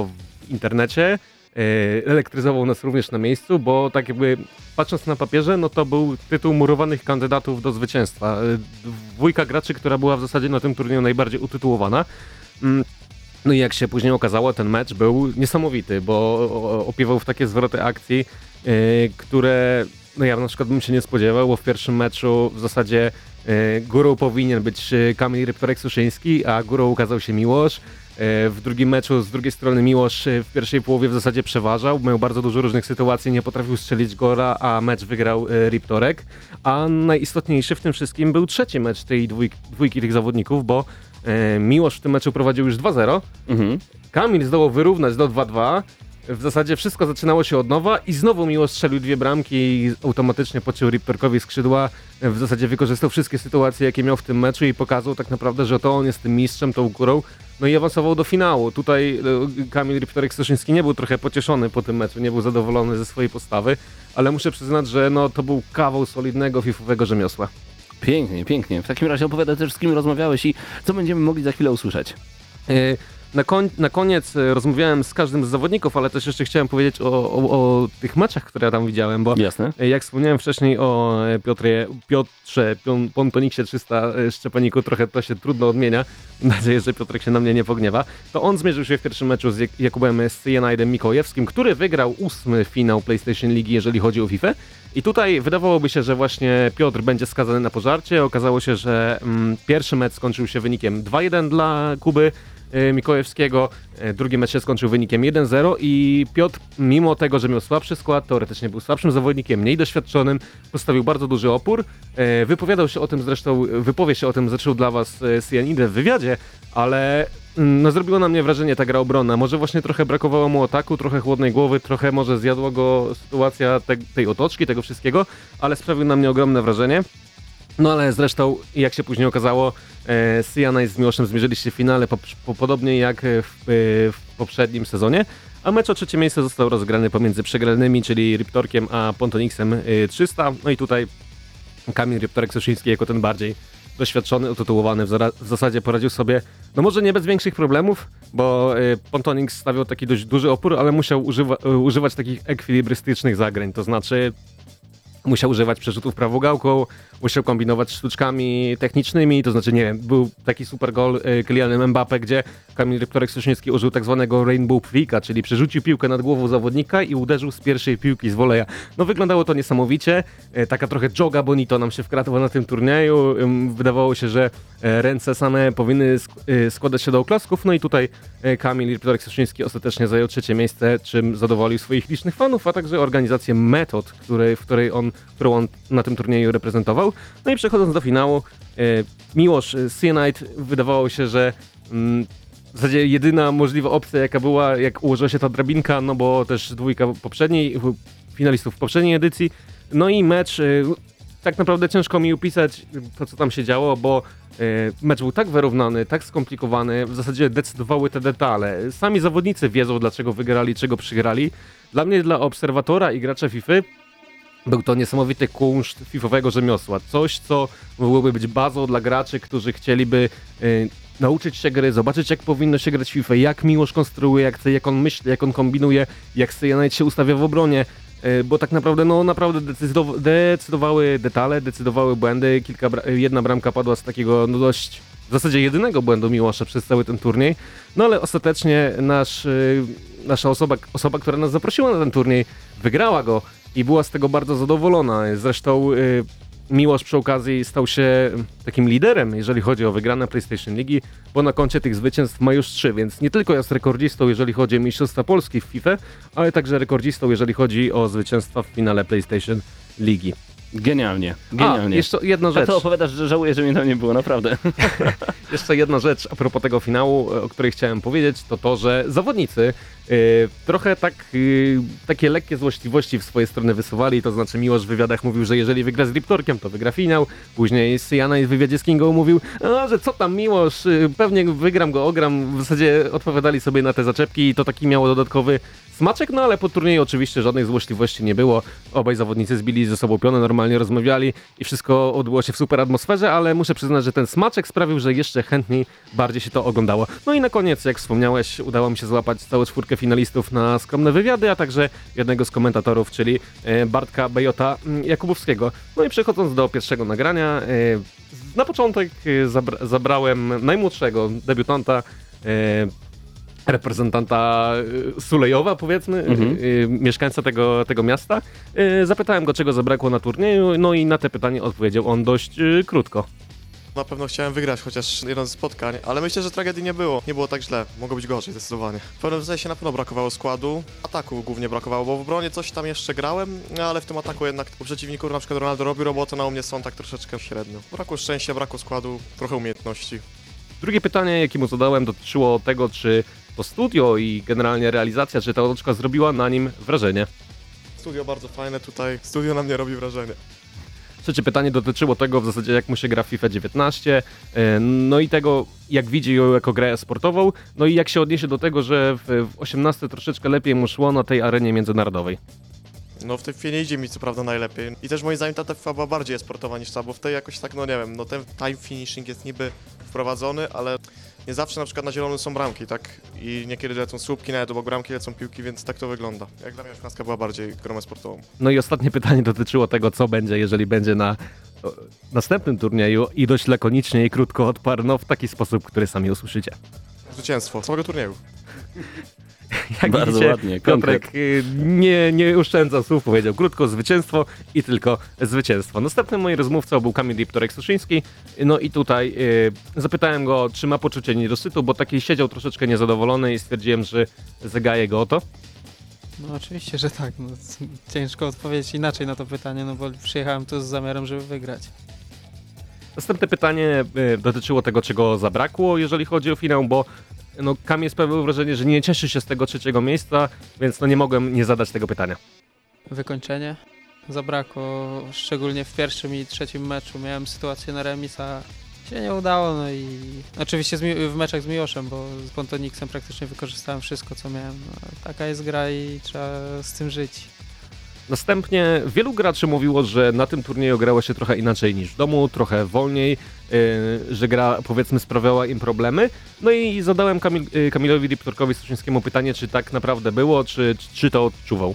w internecie, e, elektryzował nas również na miejscu, bo tak jakby patrząc na papierze, no to był tytuł murowanych kandydatów do zwycięstwa. E, Dwójka graczy, która była w zasadzie na tym turnieju najbardziej utytułowana. Mm, No i jak się później okazało, ten mecz był niesamowity, bo o- opiewał w takie zwroty akcji, yy, które no ja na przykład bym się nie spodziewał, bo w pierwszym meczu w zasadzie yy, górą powinien być yy, Kamil Rybtorek-Suszyński, a górą ukazał się Miłosz. Yy, w drugim meczu z drugiej strony Miłosz yy, w pierwszej połowie w zasadzie przeważał, miał bardzo dużo różnych sytuacji, nie potrafił strzelić gola, a mecz wygrał yy, Rybtorek. A najistotniejszy w tym wszystkim był trzeci mecz tej dwójki, dwójki tych zawodników, bo yy, Miłosz w tym meczu prowadził już dwa zero. Mhm. Kamil zdołał wyrównać do dwa dwa. W zasadzie wszystko zaczynało się od nowa i znowu Miłosz strzelił dwie bramki i automatycznie pociął Riptorkowi skrzydła. W zasadzie wykorzystał wszystkie sytuacje, jakie miał w tym meczu i pokazał tak naprawdę, że to on jest tym mistrzem, tą górą. No i awansował do finału. Tutaj e, Kamil Riptorek-Suszyński nie był trochę pocieszony po tym meczu, nie był zadowolony ze swojej postawy, ale muszę przyznać, że no, to był kawał solidnego fifowego rzemiosła. Pięknie, pięknie. W takim razie opowiadaj też, z kim rozmawiałeś i co będziemy mogli za chwilę usłyszeć. E, Na, koń, na koniec e, rozmawiałem z każdym z zawodników, ale też jeszcze chciałem powiedzieć o, o, o tych meczach, które ja tam widziałem, bo Jasne. e, jak wspomniałem wcześniej o e, Piotrze, Piotrze Pion- Pontoniksie trzysta e, Szczepaniku, trochę to się trudno odmienia, mam nadzieję, że Piotrek się na mnie nie pogniewa, to on zmierzył się w pierwszym meczu z Jak- Jakubem Cyjanidem Mikołajewskim, który wygrał ósmy finał PlayStation Ligi, jeżeli chodzi o FIFA. I tutaj wydawałoby się, że właśnie Piotr będzie skazany na pożarcie. Okazało się, że mm, pierwszy mecz skończył się wynikiem dwa jeden dla Kuby e, Mikołajewskiego, e, drugi mecz się skończył wynikiem jeden zero i Piotr, mimo tego, że miał słabszy skład, teoretycznie był słabszym zawodnikiem, mniej doświadczonym, postawił bardzo duży opór. E, wypowiadał się o tym zresztą, wypowie się o tym zresztą dla was e, Cyanide w wywiadzie, ale mm, no, zrobiło na mnie wrażenie ta gra obronna. Może właśnie trochę brakowało mu ataku, trochę chłodnej głowy, trochę może zjadła go sytuacja te, tej otoczki, tego wszystkiego, ale sprawił na mnie ogromne wrażenie. No ale zresztą, jak się później okazało, e, Cyanide z Miłoszem zmierzyli się w finale, po, po, podobnie jak w, e, w poprzednim sezonie, a mecz o trzecie miejsce został rozegrany pomiędzy przegranymi, czyli Riptorkiem a Pontoniksem e, trzysta. No i tutaj Kamil Riptorek-Suszyński jako ten bardziej doświadczony, utytułowany w, zara- w zasadzie poradził sobie, no może nie bez większych problemów, bo y, Pontonix stawiał taki dość duży opór, ale musiał używa- y, używać takich ekwilibrystycznych zagrań, to znaczy musiał używać przerzutów prawą gałką, musiał kombinować sztuczkami technicznymi, to znaczy, nie wiem, był taki super gol y, Kylianem Mbappe, gdzie Kamil Rybtorek-Suszyński użył tak zwanego rainbow flicka, czyli przerzucił piłkę nad głową zawodnika i uderzył z pierwszej piłki z woleja. No wyglądało to niesamowicie, y, taka trochę joga bonito nam się wkradła na tym turnieju, y, wydawało się, że y, ręce same powinny sk- y, składać się do oklasków, no i tutaj y, Kamil Rybtorek-Suszyński ostatecznie zajął trzecie miejsce, czym zadowolił swoich licznych fanów, a także organizację Metod, której, w której on, którą on na tym turnieju reprezentował. No i przechodząc do finału, e, Miłosz e, Cyanide wydawało się, że mm, w zasadzie jedyna możliwa opcja, jaka była, jak ułożyła się ta drabinka, no bo też dwójka poprzedniej, finalistów w poprzedniej edycji. No i mecz, e, tak naprawdę ciężko mi opisać to, co tam się działo, bo e, mecz był tak wyrównany, tak skomplikowany, w zasadzie decydowały te detale. Sami zawodnicy wiedzą, dlaczego wygrali, czego przegrali. Dla mnie, dla obserwatora i gracza FIFA, był to niesamowity kunszt fifowego rzemiosła. Coś, co mogłoby być bazą dla graczy, którzy chcieliby y, nauczyć się gry, zobaczyć, jak powinno się grać w FIFA, jak Miłosz konstruuje, jak, chce, jak on myśli, jak on kombinuje, jak Cyanide się ustawia w obronie. Y, bo tak naprawdę, no naprawdę decydow- decydowały detale, decydowały błędy. Kilka bra- jedna bramka padła z takiego no dość, w zasadzie jedynego błędu Miłosza przez cały ten turniej. No ale ostatecznie nasz, y, nasza osoba, osoba, która nas zaprosiła na ten turniej, wygrała go. I była z tego bardzo zadowolona. Zresztą y, Miłosz przy okazji stał się takim liderem, jeżeli chodzi o wygrane PlayStation Ligi, bo na koncie tych zwycięstw ma już trzy, więc nie tylko jest rekordzistą, jeżeli chodzi o Mistrzostwa Polski w FIFA, ale także rekordzistą, jeżeli chodzi o zwycięstwa w finale PlayStation Ligi. Genialnie, genialnie. A, jeszcze jedna Tak rzecz. to opowiadasz, że żałuję, że mnie tam nie było, naprawdę. Jeszcze jedna rzecz a propos tego finału, o której chciałem powiedzieć, to to, że zawodnicy y, trochę tak, y, takie lekkie złośliwości w swoje strony wysuwali, to znaczy Miłosz w wywiadach mówił, że jeżeli wygra z Riptorkiem, to wygra finał, później Cyanide w wywiadzie z Kingą mówił, a, że co tam Miłosz, y, pewnie wygram go, ogram, w zasadzie odpowiadali sobie na te zaczepki i to taki miało dodatkowy smaczek, no ale po turnieju oczywiście żadnych złośliwości nie było, obaj zawodnicy zbili ze sobą pionę, normalnie rozmawiali i wszystko odbyło się w super atmosferze, ale muszę przyznać, że ten smaczek sprawił, że jeszcze chętniej bardziej się to oglądało. No i na koniec, jak wspomniałeś, udało mi się złapać całą czwórkę dwójkę finalistów na skromne wywiady, a także jednego z komentatorów, czyli e, Bartka Bejota Jakubowskiego. No i przechodząc do pierwszego nagrania, e, na początek e, zabra zabrałem najmłodszego debiutanta, e, reprezentanta Sulejowa, powiedzmy, Mhm. y, mieszkańca tego, tego miasta. Y, zapytałem go, czego zabrakło na turnieju, no i na te pytanie odpowiedział on dość y, krótko. Na pewno chciałem wygrać chociaż jedno ze spotkań, ale myślę, że tragedii nie było. Nie było tak źle, mogło być gorzej zdecydowanie. W pewnym sensie na pewno brakowało składu, ataku głównie brakowało, bo w obronie coś tam jeszcze grałem, no ale w tym ataku jednak u przeciwników na przykład Ronaldo robi robotę, no u mnie są tak troszeczkę średnio. Brakło szczęścia, brakło składu, trochę umiejętności. Drugie pytanie, jakie mu zadałem, dotyczyło tego, czy to studio i generalnie realizacja, czy ta otoczka zrobiła na nim wrażenie. Studio bardzo fajne tutaj, studio na mnie robi wrażenie. Trzecie pytanie dotyczyło tego w zasadzie, jak mu się gra w FIFA dziewiętnaście, y, no i tego, jak widzi ją jako grę sportową, no i jak się odniesie do tego, że w, w osiemnastce troszeczkę lepiej mu szło na tej arenie międzynarodowej. No w tej chwili nie idzie mi co prawda najlepiej. I też moim zdaniem ta FIFA była bardziej sportowa niż ta, bo w tej jakoś tak, no nie wiem, no ten time finishing jest niby wprowadzony, ale nie zawsze na przykład na zielonym są bramki, tak? I niekiedy lecą słupki, nawet obok bramki lecą piłki, więc tak to wygląda. Jak dla mnie osiemnastka była bardziej grą sportową. No i ostatnie pytanie dotyczyło tego, co będzie, jeżeli będzie na o, następnym turnieju i dość lakonicznie i krótko odparł, no w taki sposób, który sami usłyszycie. Zwycięstwo całego turnieju. Jak Bardzo widzicie, ładnie, Piotrek y, nie, nie oszczędza słów, powiedział krótko zwycięstwo i tylko zwycięstwo. Następnym moim rozmówcą był Kamil Liptorek-Suszyński, no i tutaj y, zapytałem go, czy ma poczucie niedosytu, bo taki siedział troszeczkę niezadowolony i stwierdziłem, że zagaję go o to. No oczywiście, że tak. No, ciężko odpowiedzieć inaczej na to pytanie, no bo przyjechałem tu z zamiarem, żeby wygrać. Następne pytanie y, dotyczyło tego, czego zabrakło, jeżeli chodzi o finał, bo no, Kamil sprawił wrażenie, że nie cieszy się z tego trzeciego miejsca, więc no, nie mogłem nie zadać tego pytania. Wykończenie zabrakło, szczególnie w pierwszym i trzecim meczu. Miałem sytuację na remis, a się nie udało, no i oczywiście z Mi- w meczach z Miłoszem, bo z Pontoniksem praktycznie wykorzystałem wszystko, co miałem. No, taka jest gra i trzeba z tym żyć. Następnie wielu graczy mówiło, że na tym turnieju grało się trochę inaczej niż w domu, trochę wolniej, yy, że gra powiedzmy sprawiała im problemy. No i zadałem Kamil, yy, Kamilowi Liptorkowi-Suszyńskiemu pytanie, czy tak naprawdę było, czy, czy to odczuwał.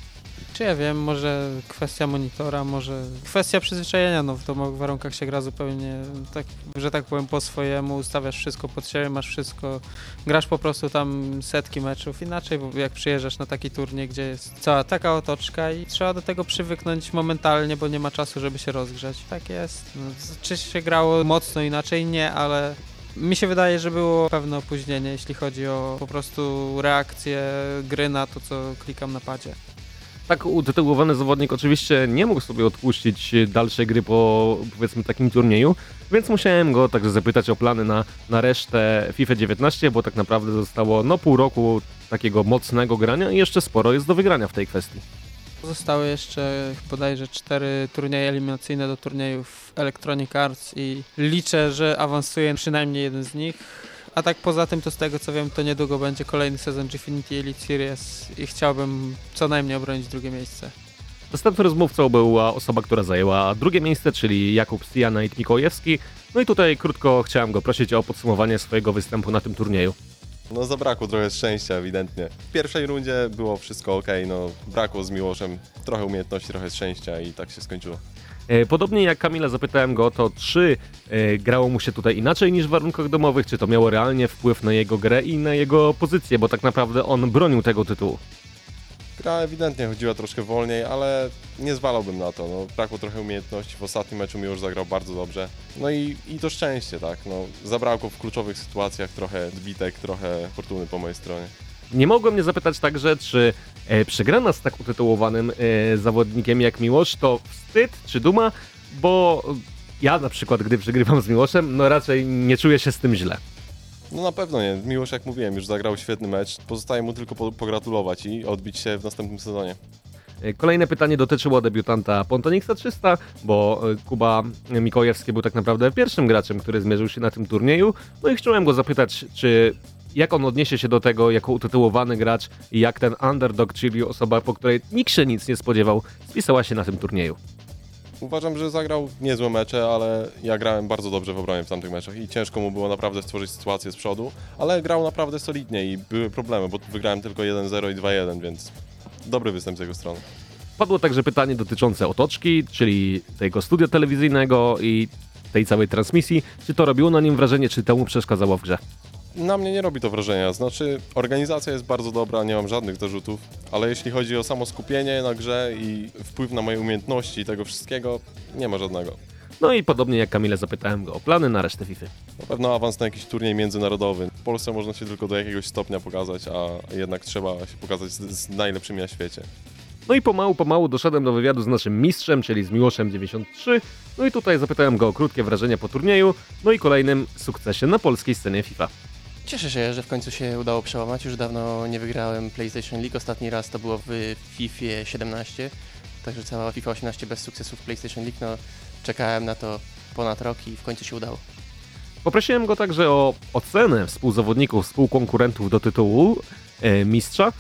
Czy ja wiem, może kwestia monitora, może kwestia przyzwyczajenia, no w domowych warunkach się gra zupełnie, tak, że tak powiem, po swojemu, ustawiasz wszystko pod siebie, masz wszystko, grasz po prostu tam setki meczów, inaczej bo jak przyjeżdżasz na taki turniej, gdzie jest cała taka otoczka i trzeba do tego przywyknąć momentalnie, bo nie ma czasu, żeby się rozgrzać. Tak jest. No, czy się grało mocno inaczej? Nie, ale mi się wydaje, że było pewne opóźnienie, jeśli chodzi o po prostu reakcję gry na to, co klikam na padzie. Tak utytułowany zawodnik oczywiście nie mógł sobie odpuścić dalszej gry po powiedzmy takim turnieju, więc musiałem go także zapytać o plany na, na resztę FIFA dziewiętnaście, bo tak naprawdę zostało no pół roku takiego mocnego grania i jeszcze sporo jest do wygrania w tej kwestii. Zostały jeszcze bodajże cztery turnieje eliminacyjne do turniejów Electronic Arts i liczę, że awansuje przynajmniej jeden z nich. A tak poza tym, to z tego co wiem, to niedługo będzie kolejny sezon Gfinity Elite Series i chciałbym co najmniej obronić drugie miejsce. Następnym rozmówcą była osoba, która zajęła drugie miejsce, czyli Jakub Stianajt Mikołajewski. No i tutaj krótko chciałem go prosić o podsumowanie swojego występu na tym turnieju. No zabrakło trochę szczęścia ewidentnie. W pierwszej rundzie było wszystko ok, no brakło z Miłoszem trochę umiejętności, trochę szczęścia i tak się skończyło. E, Podobnie jak Kamila zapytałem go o to, czy e, grało mu się tutaj inaczej niż w warunkach domowych, czy to miało realnie wpływ na jego grę i na jego pozycję, bo tak naprawdę on bronił tego tytułu. Gra ewidentnie chodziła troszkę wolniej, ale nie zwalałbym na to. No, brakło trochę umiejętności. W ostatnim meczu Miłosz zagrał bardzo dobrze. No i, i to szczęście, tak. No, zabrakło w kluczowych sytuacjach trochę dbitek, trochę fortuny po mojej stronie. Nie mogłem nie zapytać także, czy e, przegrana z tak utytułowanym e, zawodnikiem jak Miłosz to wstyd czy duma, bo ja na przykład, gdy przegrywam z Miłoszem, no raczej nie czuję się z tym źle. No na pewno nie. Miłosz, jak mówiłem, już zagrał świetny mecz. Pozostaje mu tylko po, pogratulować i odbić się w następnym sezonie. E, Kolejne pytanie dotyczyło debiutanta Pontonixa trzysta, bo e, Kuba Mikołajewski był tak naprawdę pierwszym graczem, który zmierzył się na tym turnieju. No i chciałem go zapytać, czy jak on odniesie się do tego jako utytułowany gracz i jak ten underdog, czyli osoba, po której nikt się nic nie spodziewał, spisała się na tym turnieju. Uważam, że zagrał niezłe mecze, ale ja grałem bardzo dobrze w obronie w tamtych meczach i ciężko mu było naprawdę stworzyć sytuację z przodu, ale grał naprawdę solidnie i były problemy, bo wygrałem tylko jeden zero i dwa jeden, więc dobry występ z jego strony. Padło także pytanie dotyczące otoczki, czyli tego studia telewizyjnego i tej całej transmisji. Czy to robiło na nim wrażenie, czy temu przeszkadzało w grze? Na mnie nie robi to wrażenia, znaczy organizacja jest bardzo dobra, nie mam żadnych zarzutów, ale jeśli chodzi o samo skupienie na grze i wpływ na moje umiejętności i tego wszystkiego, nie ma żadnego. No i podobnie jak Kamile zapytałem go o plany na resztę FIFA. Na pewno awans na jakiś turniej międzynarodowy. W Polsce można się tylko do jakiegoś stopnia pokazać, a jednak trzeba się pokazać z, z najlepszymi na świecie. No i pomału, pomału doszedłem do wywiadu z naszym mistrzem, czyli z Miłoszem dziewięćdziesiąt trzy. No i tutaj zapytałem go o krótkie wrażenia po turnieju, no i kolejnym sukcesie na polskiej scenie FIFA. Cieszę się, że w końcu się udało przełamać. Już dawno nie wygrałem PlayStation League. Ostatni raz to było w FIFA siedemnaście. Także cała FIFA osiemnaście bez sukcesu w PlayStation League. No, czekałem na to ponad rok i w końcu się udało. Poprosiłem go także o ocenę współzawodników, współkonkurentów do tytułu e, mistrza.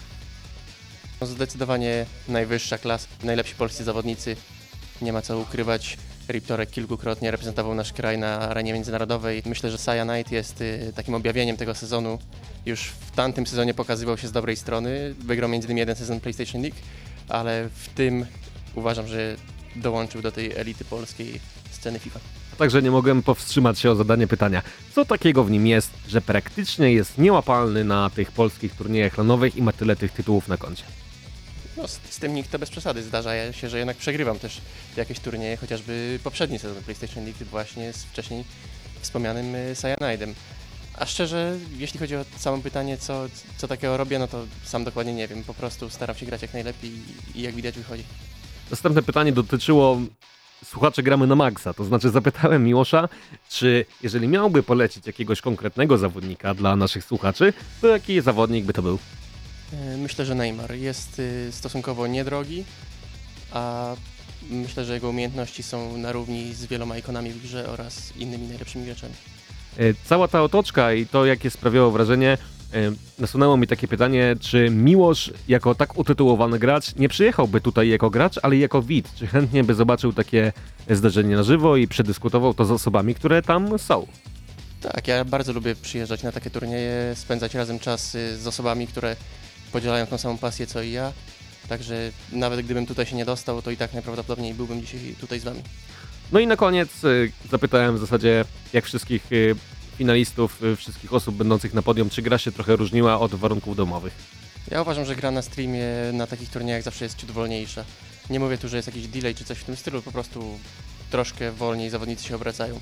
No, zdecydowanie najwyższa klasa. Najlepsi polscy zawodnicy. Nie ma co ukrywać. Riptorek kilkukrotnie reprezentował nasz kraj na arenie międzynarodowej. Myślę, że Cyanide jest y, takim objawieniem tego sezonu. Już w tamtym sezonie pokazywał się z dobrej strony. Wygrał między innymi jeden sezon PlayStation League, ale w tym uważam, że dołączył do tej elity polskiej sceny FIFA. Także nie mogłem powstrzymać się o zadanie pytania, co takiego w nim jest, że praktycznie jest niełapalny na tych polskich turniejach lanowych i ma tyle tych tytułów na koncie. No, z, z tym nikt to bez przesady. Zdarza się, że jednak przegrywam też jakieś turnieje, chociażby poprzedni sezon PlayStation League właśnie z wcześniej wspomnianym Cyanidem. A szczerze, jeśli chodzi o samo pytanie, co, co takiego robię, no to sam dokładnie nie wiem. Po prostu staram się grać jak najlepiej i jak widać wychodzi. Następne pytanie dotyczyło słuchaczy Gramy na Maxa, to znaczy zapytałem Miłosza, czy jeżeli miałby polecić jakiegoś konkretnego zawodnika dla naszych słuchaczy, to jaki zawodnik by to był? Myślę, że Neymar jest stosunkowo niedrogi, a myślę, że jego umiejętności są na równi z wieloma ikonami w grze oraz innymi najlepszymi graczami. Cała ta otoczka i to, jakie sprawiało wrażenie, nasunęło mi takie pytanie, czy Miłosz jako tak utytułowany gracz nie przyjechałby tutaj jako gracz, ale jako widz? Czy chętnie by zobaczył takie zdarzenie na żywo i przedyskutował to z osobami, które tam są? Tak, ja bardzo lubię przyjeżdżać na takie turnieje, spędzać razem czas z osobami, które podzielają tą samą pasję co i ja. Także nawet gdybym tutaj się nie dostał, to i tak najprawdopodobniej byłbym dzisiaj tutaj z wami. No i na koniec y, zapytałem w zasadzie, jak wszystkich y, finalistów, y, wszystkich osób będących na podium, czy gra się trochę różniła od warunków domowych? Ja uważam, że gra na streamie na takich turniejach zawsze jest ciut wolniejsza. Nie mówię tu, że jest jakiś delay czy coś w tym stylu, po prostu troszkę wolniej zawodnicy się obracają.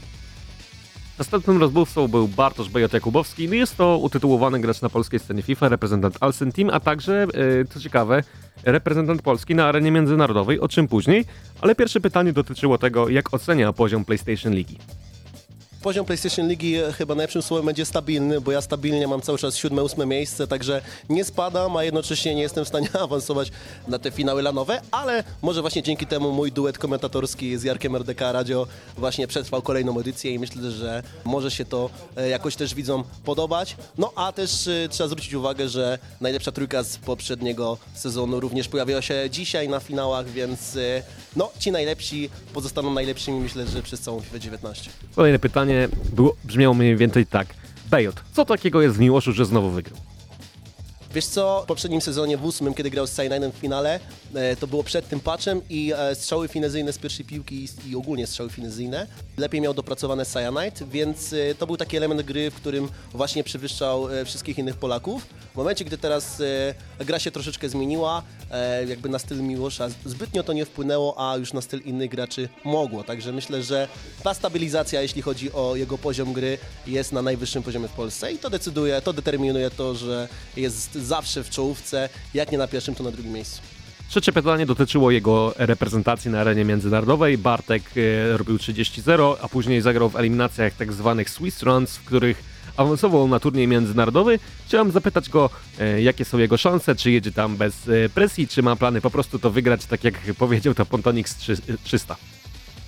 Następnym rozmówcą był Bartosz Bejot Jakubowski. Jest to utytułowany gracz na polskiej scenie FIFA, reprezentant Alsen Team, a także, yy, co ciekawe, reprezentant Polski na arenie międzynarodowej, o czym później. Ale pierwsze pytanie dotyczyło tego, jak ocenia poziom PlayStation League. Poziom PlayStation League chyba najlepszym słowem będzie stabilny, bo ja stabilnie mam cały czas siódme, ósme miejsce, także nie spadam, a jednocześnie nie jestem w stanie awansować na te finały lanowe, ale może właśnie dzięki temu mój duet komentatorski z Jarkiem R D K Radio właśnie przetrwał kolejną edycję i myślę, że może się to jakoś też widzom podobać. No a też y, trzeba zwrócić uwagę, że najlepsza trójka z poprzedniego sezonu również pojawiła się dzisiaj na finałach, więc y, no ci najlepsi pozostaną najlepszymi, myślę, że przez całą FIFA dziewiętnaście. Kolejne pytanie było, brzmiało mniej więcej tak. Bejot, co takiego jest w Miłoszu, że znowu wygrał? Wiesz co, w poprzednim sezonie, w ósmym, kiedy grał z Cyanidem w finale, e, to było przed tym patchem i e, strzały finezyjne z pierwszej piłki i, i ogólnie strzały finezyjne lepiej miał dopracowane Cyanide, więc e, to był taki element gry, w którym właśnie przewyższał e, wszystkich innych Polaków. W momencie, gdy teraz e, gra się troszeczkę zmieniła, e, jakby na styl Miłosza zbytnio to nie wpłynęło, a już na styl innych graczy mogło, także myślę, że ta stabilizacja, jeśli chodzi o jego poziom gry, jest na najwyższym poziomie w Polsce i to decyduje, to determinuje to, że jest zawsze w czołówce, jak nie na pierwszym, to na drugim miejscu. Trzecie pytanie dotyczyło jego reprezentacji na arenie międzynarodowej. Bartek e, robił trzydzieści zero, a później zagrał w eliminacjach tak zwanych Swiss Runs, w których awansował na turniej międzynarodowy. Chciałem zapytać go, e, jakie są jego szanse, czy jedzie tam bez e, presji, czy ma plany po prostu to wygrać, tak jak powiedział to Pontonix trzysta.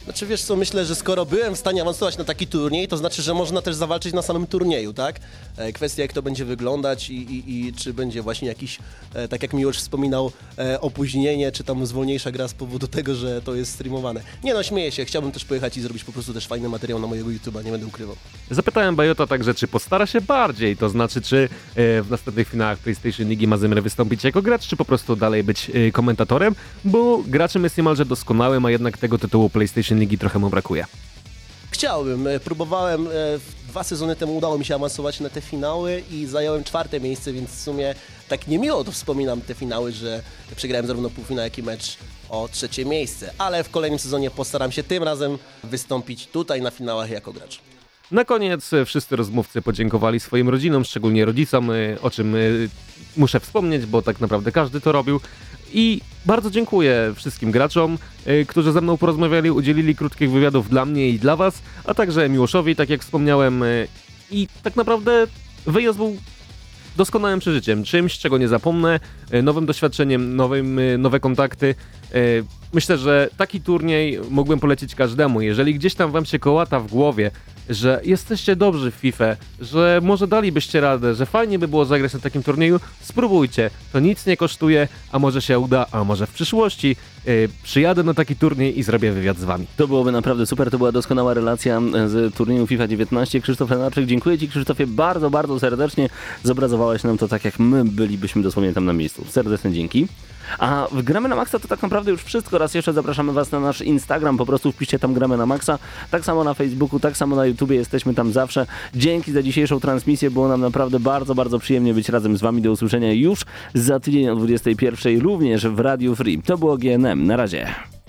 Znaczy wiesz co, myślę, że skoro byłem w stanie awansować na taki turniej, to znaczy, że można też zawalczyć na samym turnieju, tak? E, kwestia jak to będzie wyglądać i, i, i czy będzie właśnie jakiś, e, tak jak Miłosz wspominał, e, opóźnienie, czy tam zwolniejsza gra z powodu tego, że to jest streamowane. Nie no, śmieję się, chciałbym też pojechać i zrobić po prostu też fajny materiał na mojego YouTube'a, nie będę ukrywał. Zapytałem Bajota także, czy postara się bardziej, to znaczy, czy e, w następnych finałach PlayStation Ligi ma zamiar wystąpić jako gracz, czy po prostu dalej być e, komentatorem, bo graczem jest niemalże doskonałym, a jednak tego tytułu PlayStation Ligi trochę mu brakuje. Chciałbym, e, próbowałem, e, dwa sezony temu udało mi się awansować na te finały i zająłem czwarte miejsce, więc w sumie tak niemiło to wspominam te finały, że przegrałem zarówno półfinał, jak i mecz o trzecie miejsce, ale w kolejnym sezonie postaram się tym razem wystąpić tutaj na finałach jako gracz. Na koniec e, wszyscy rozmówcy podziękowali swoim rodzinom, szczególnie rodzicom, e, o czym e, muszę wspomnieć, bo tak naprawdę każdy to robił. I bardzo dziękuję wszystkim graczom, y, którzy ze mną porozmawiali, udzielili krótkich wywiadów dla mnie i dla was, a także Miłoszowi, tak jak wspomniałem. Y, I tak naprawdę wyjazd był doskonałym przeżyciem, czymś, czego nie zapomnę, y, nowym doświadczeniem, nowym, y, nowe kontakty. Y, myślę, że taki turniej mógłbym polecić każdemu. Jeżeli gdzieś tam wam się kołata w głowie, że jesteście dobrzy w FIFA, że może dalibyście radę, że fajnie by było zagrać na takim turnieju, spróbujcie. To nic nie kosztuje, a może się uda, a może w przyszłości yy, przyjadę na taki turniej i zrobię wywiad z wami. To byłoby naprawdę super, to była doskonała relacja z turnieju FIFA dziewiętnaście. Krzysztof Lenarczyk, dziękuję Ci Krzysztofie bardzo, bardzo serdecznie. Zobrazowałeś nam to tak, jak my bylibyśmy dosłownie tam na miejscu. Serdeczne dzięki. A w Gramy na Maxa to tak naprawdę już wszystko. Raz jeszcze zapraszamy Was na nasz Instagram, po prostu wpiszcie tam Gramy na Maxa. Tak samo na Facebooku, tak samo na YouTubie, jesteśmy tam zawsze. Dzięki za dzisiejszą transmisję, było nam naprawdę bardzo, bardzo przyjemnie być razem z Wami. Do usłyszenia już za tydzień o dwudziestej pierwszej, również w Radiu Free. To było G N M, na razie.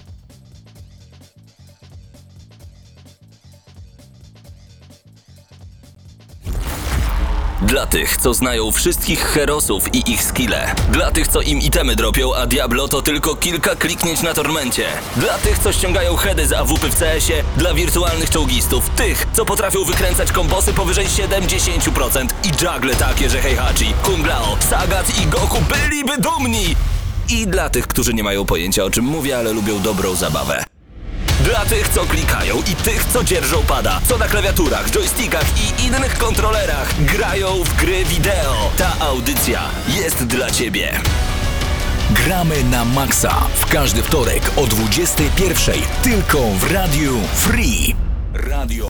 Dla tych, co znają wszystkich herosów i ich skille. Dla tych, co im itemy dropią, a Diablo to tylko kilka kliknięć na tormencie. Dla tych, co ściągają heady z A W P w C S ie. Dla wirtualnych czołgistów. Tych, co potrafią wykręcać kombosy powyżej siedemdziesiąt procent. I juggle takie, że Heihachi, Kung Lao, Sagat i Goku byliby dumni. I dla tych, którzy nie mają pojęcia, o czym mówię, ale lubią dobrą zabawę. Dla tych, co klikają i tych, co dzierżą pada, co na klawiaturach, joystickach i innych kontrolerach grają w gry wideo. Ta audycja jest dla Ciebie. Gramy na Maxa w każdy wtorek o dwudziestej pierwszej tylko w Radiu Free. Radio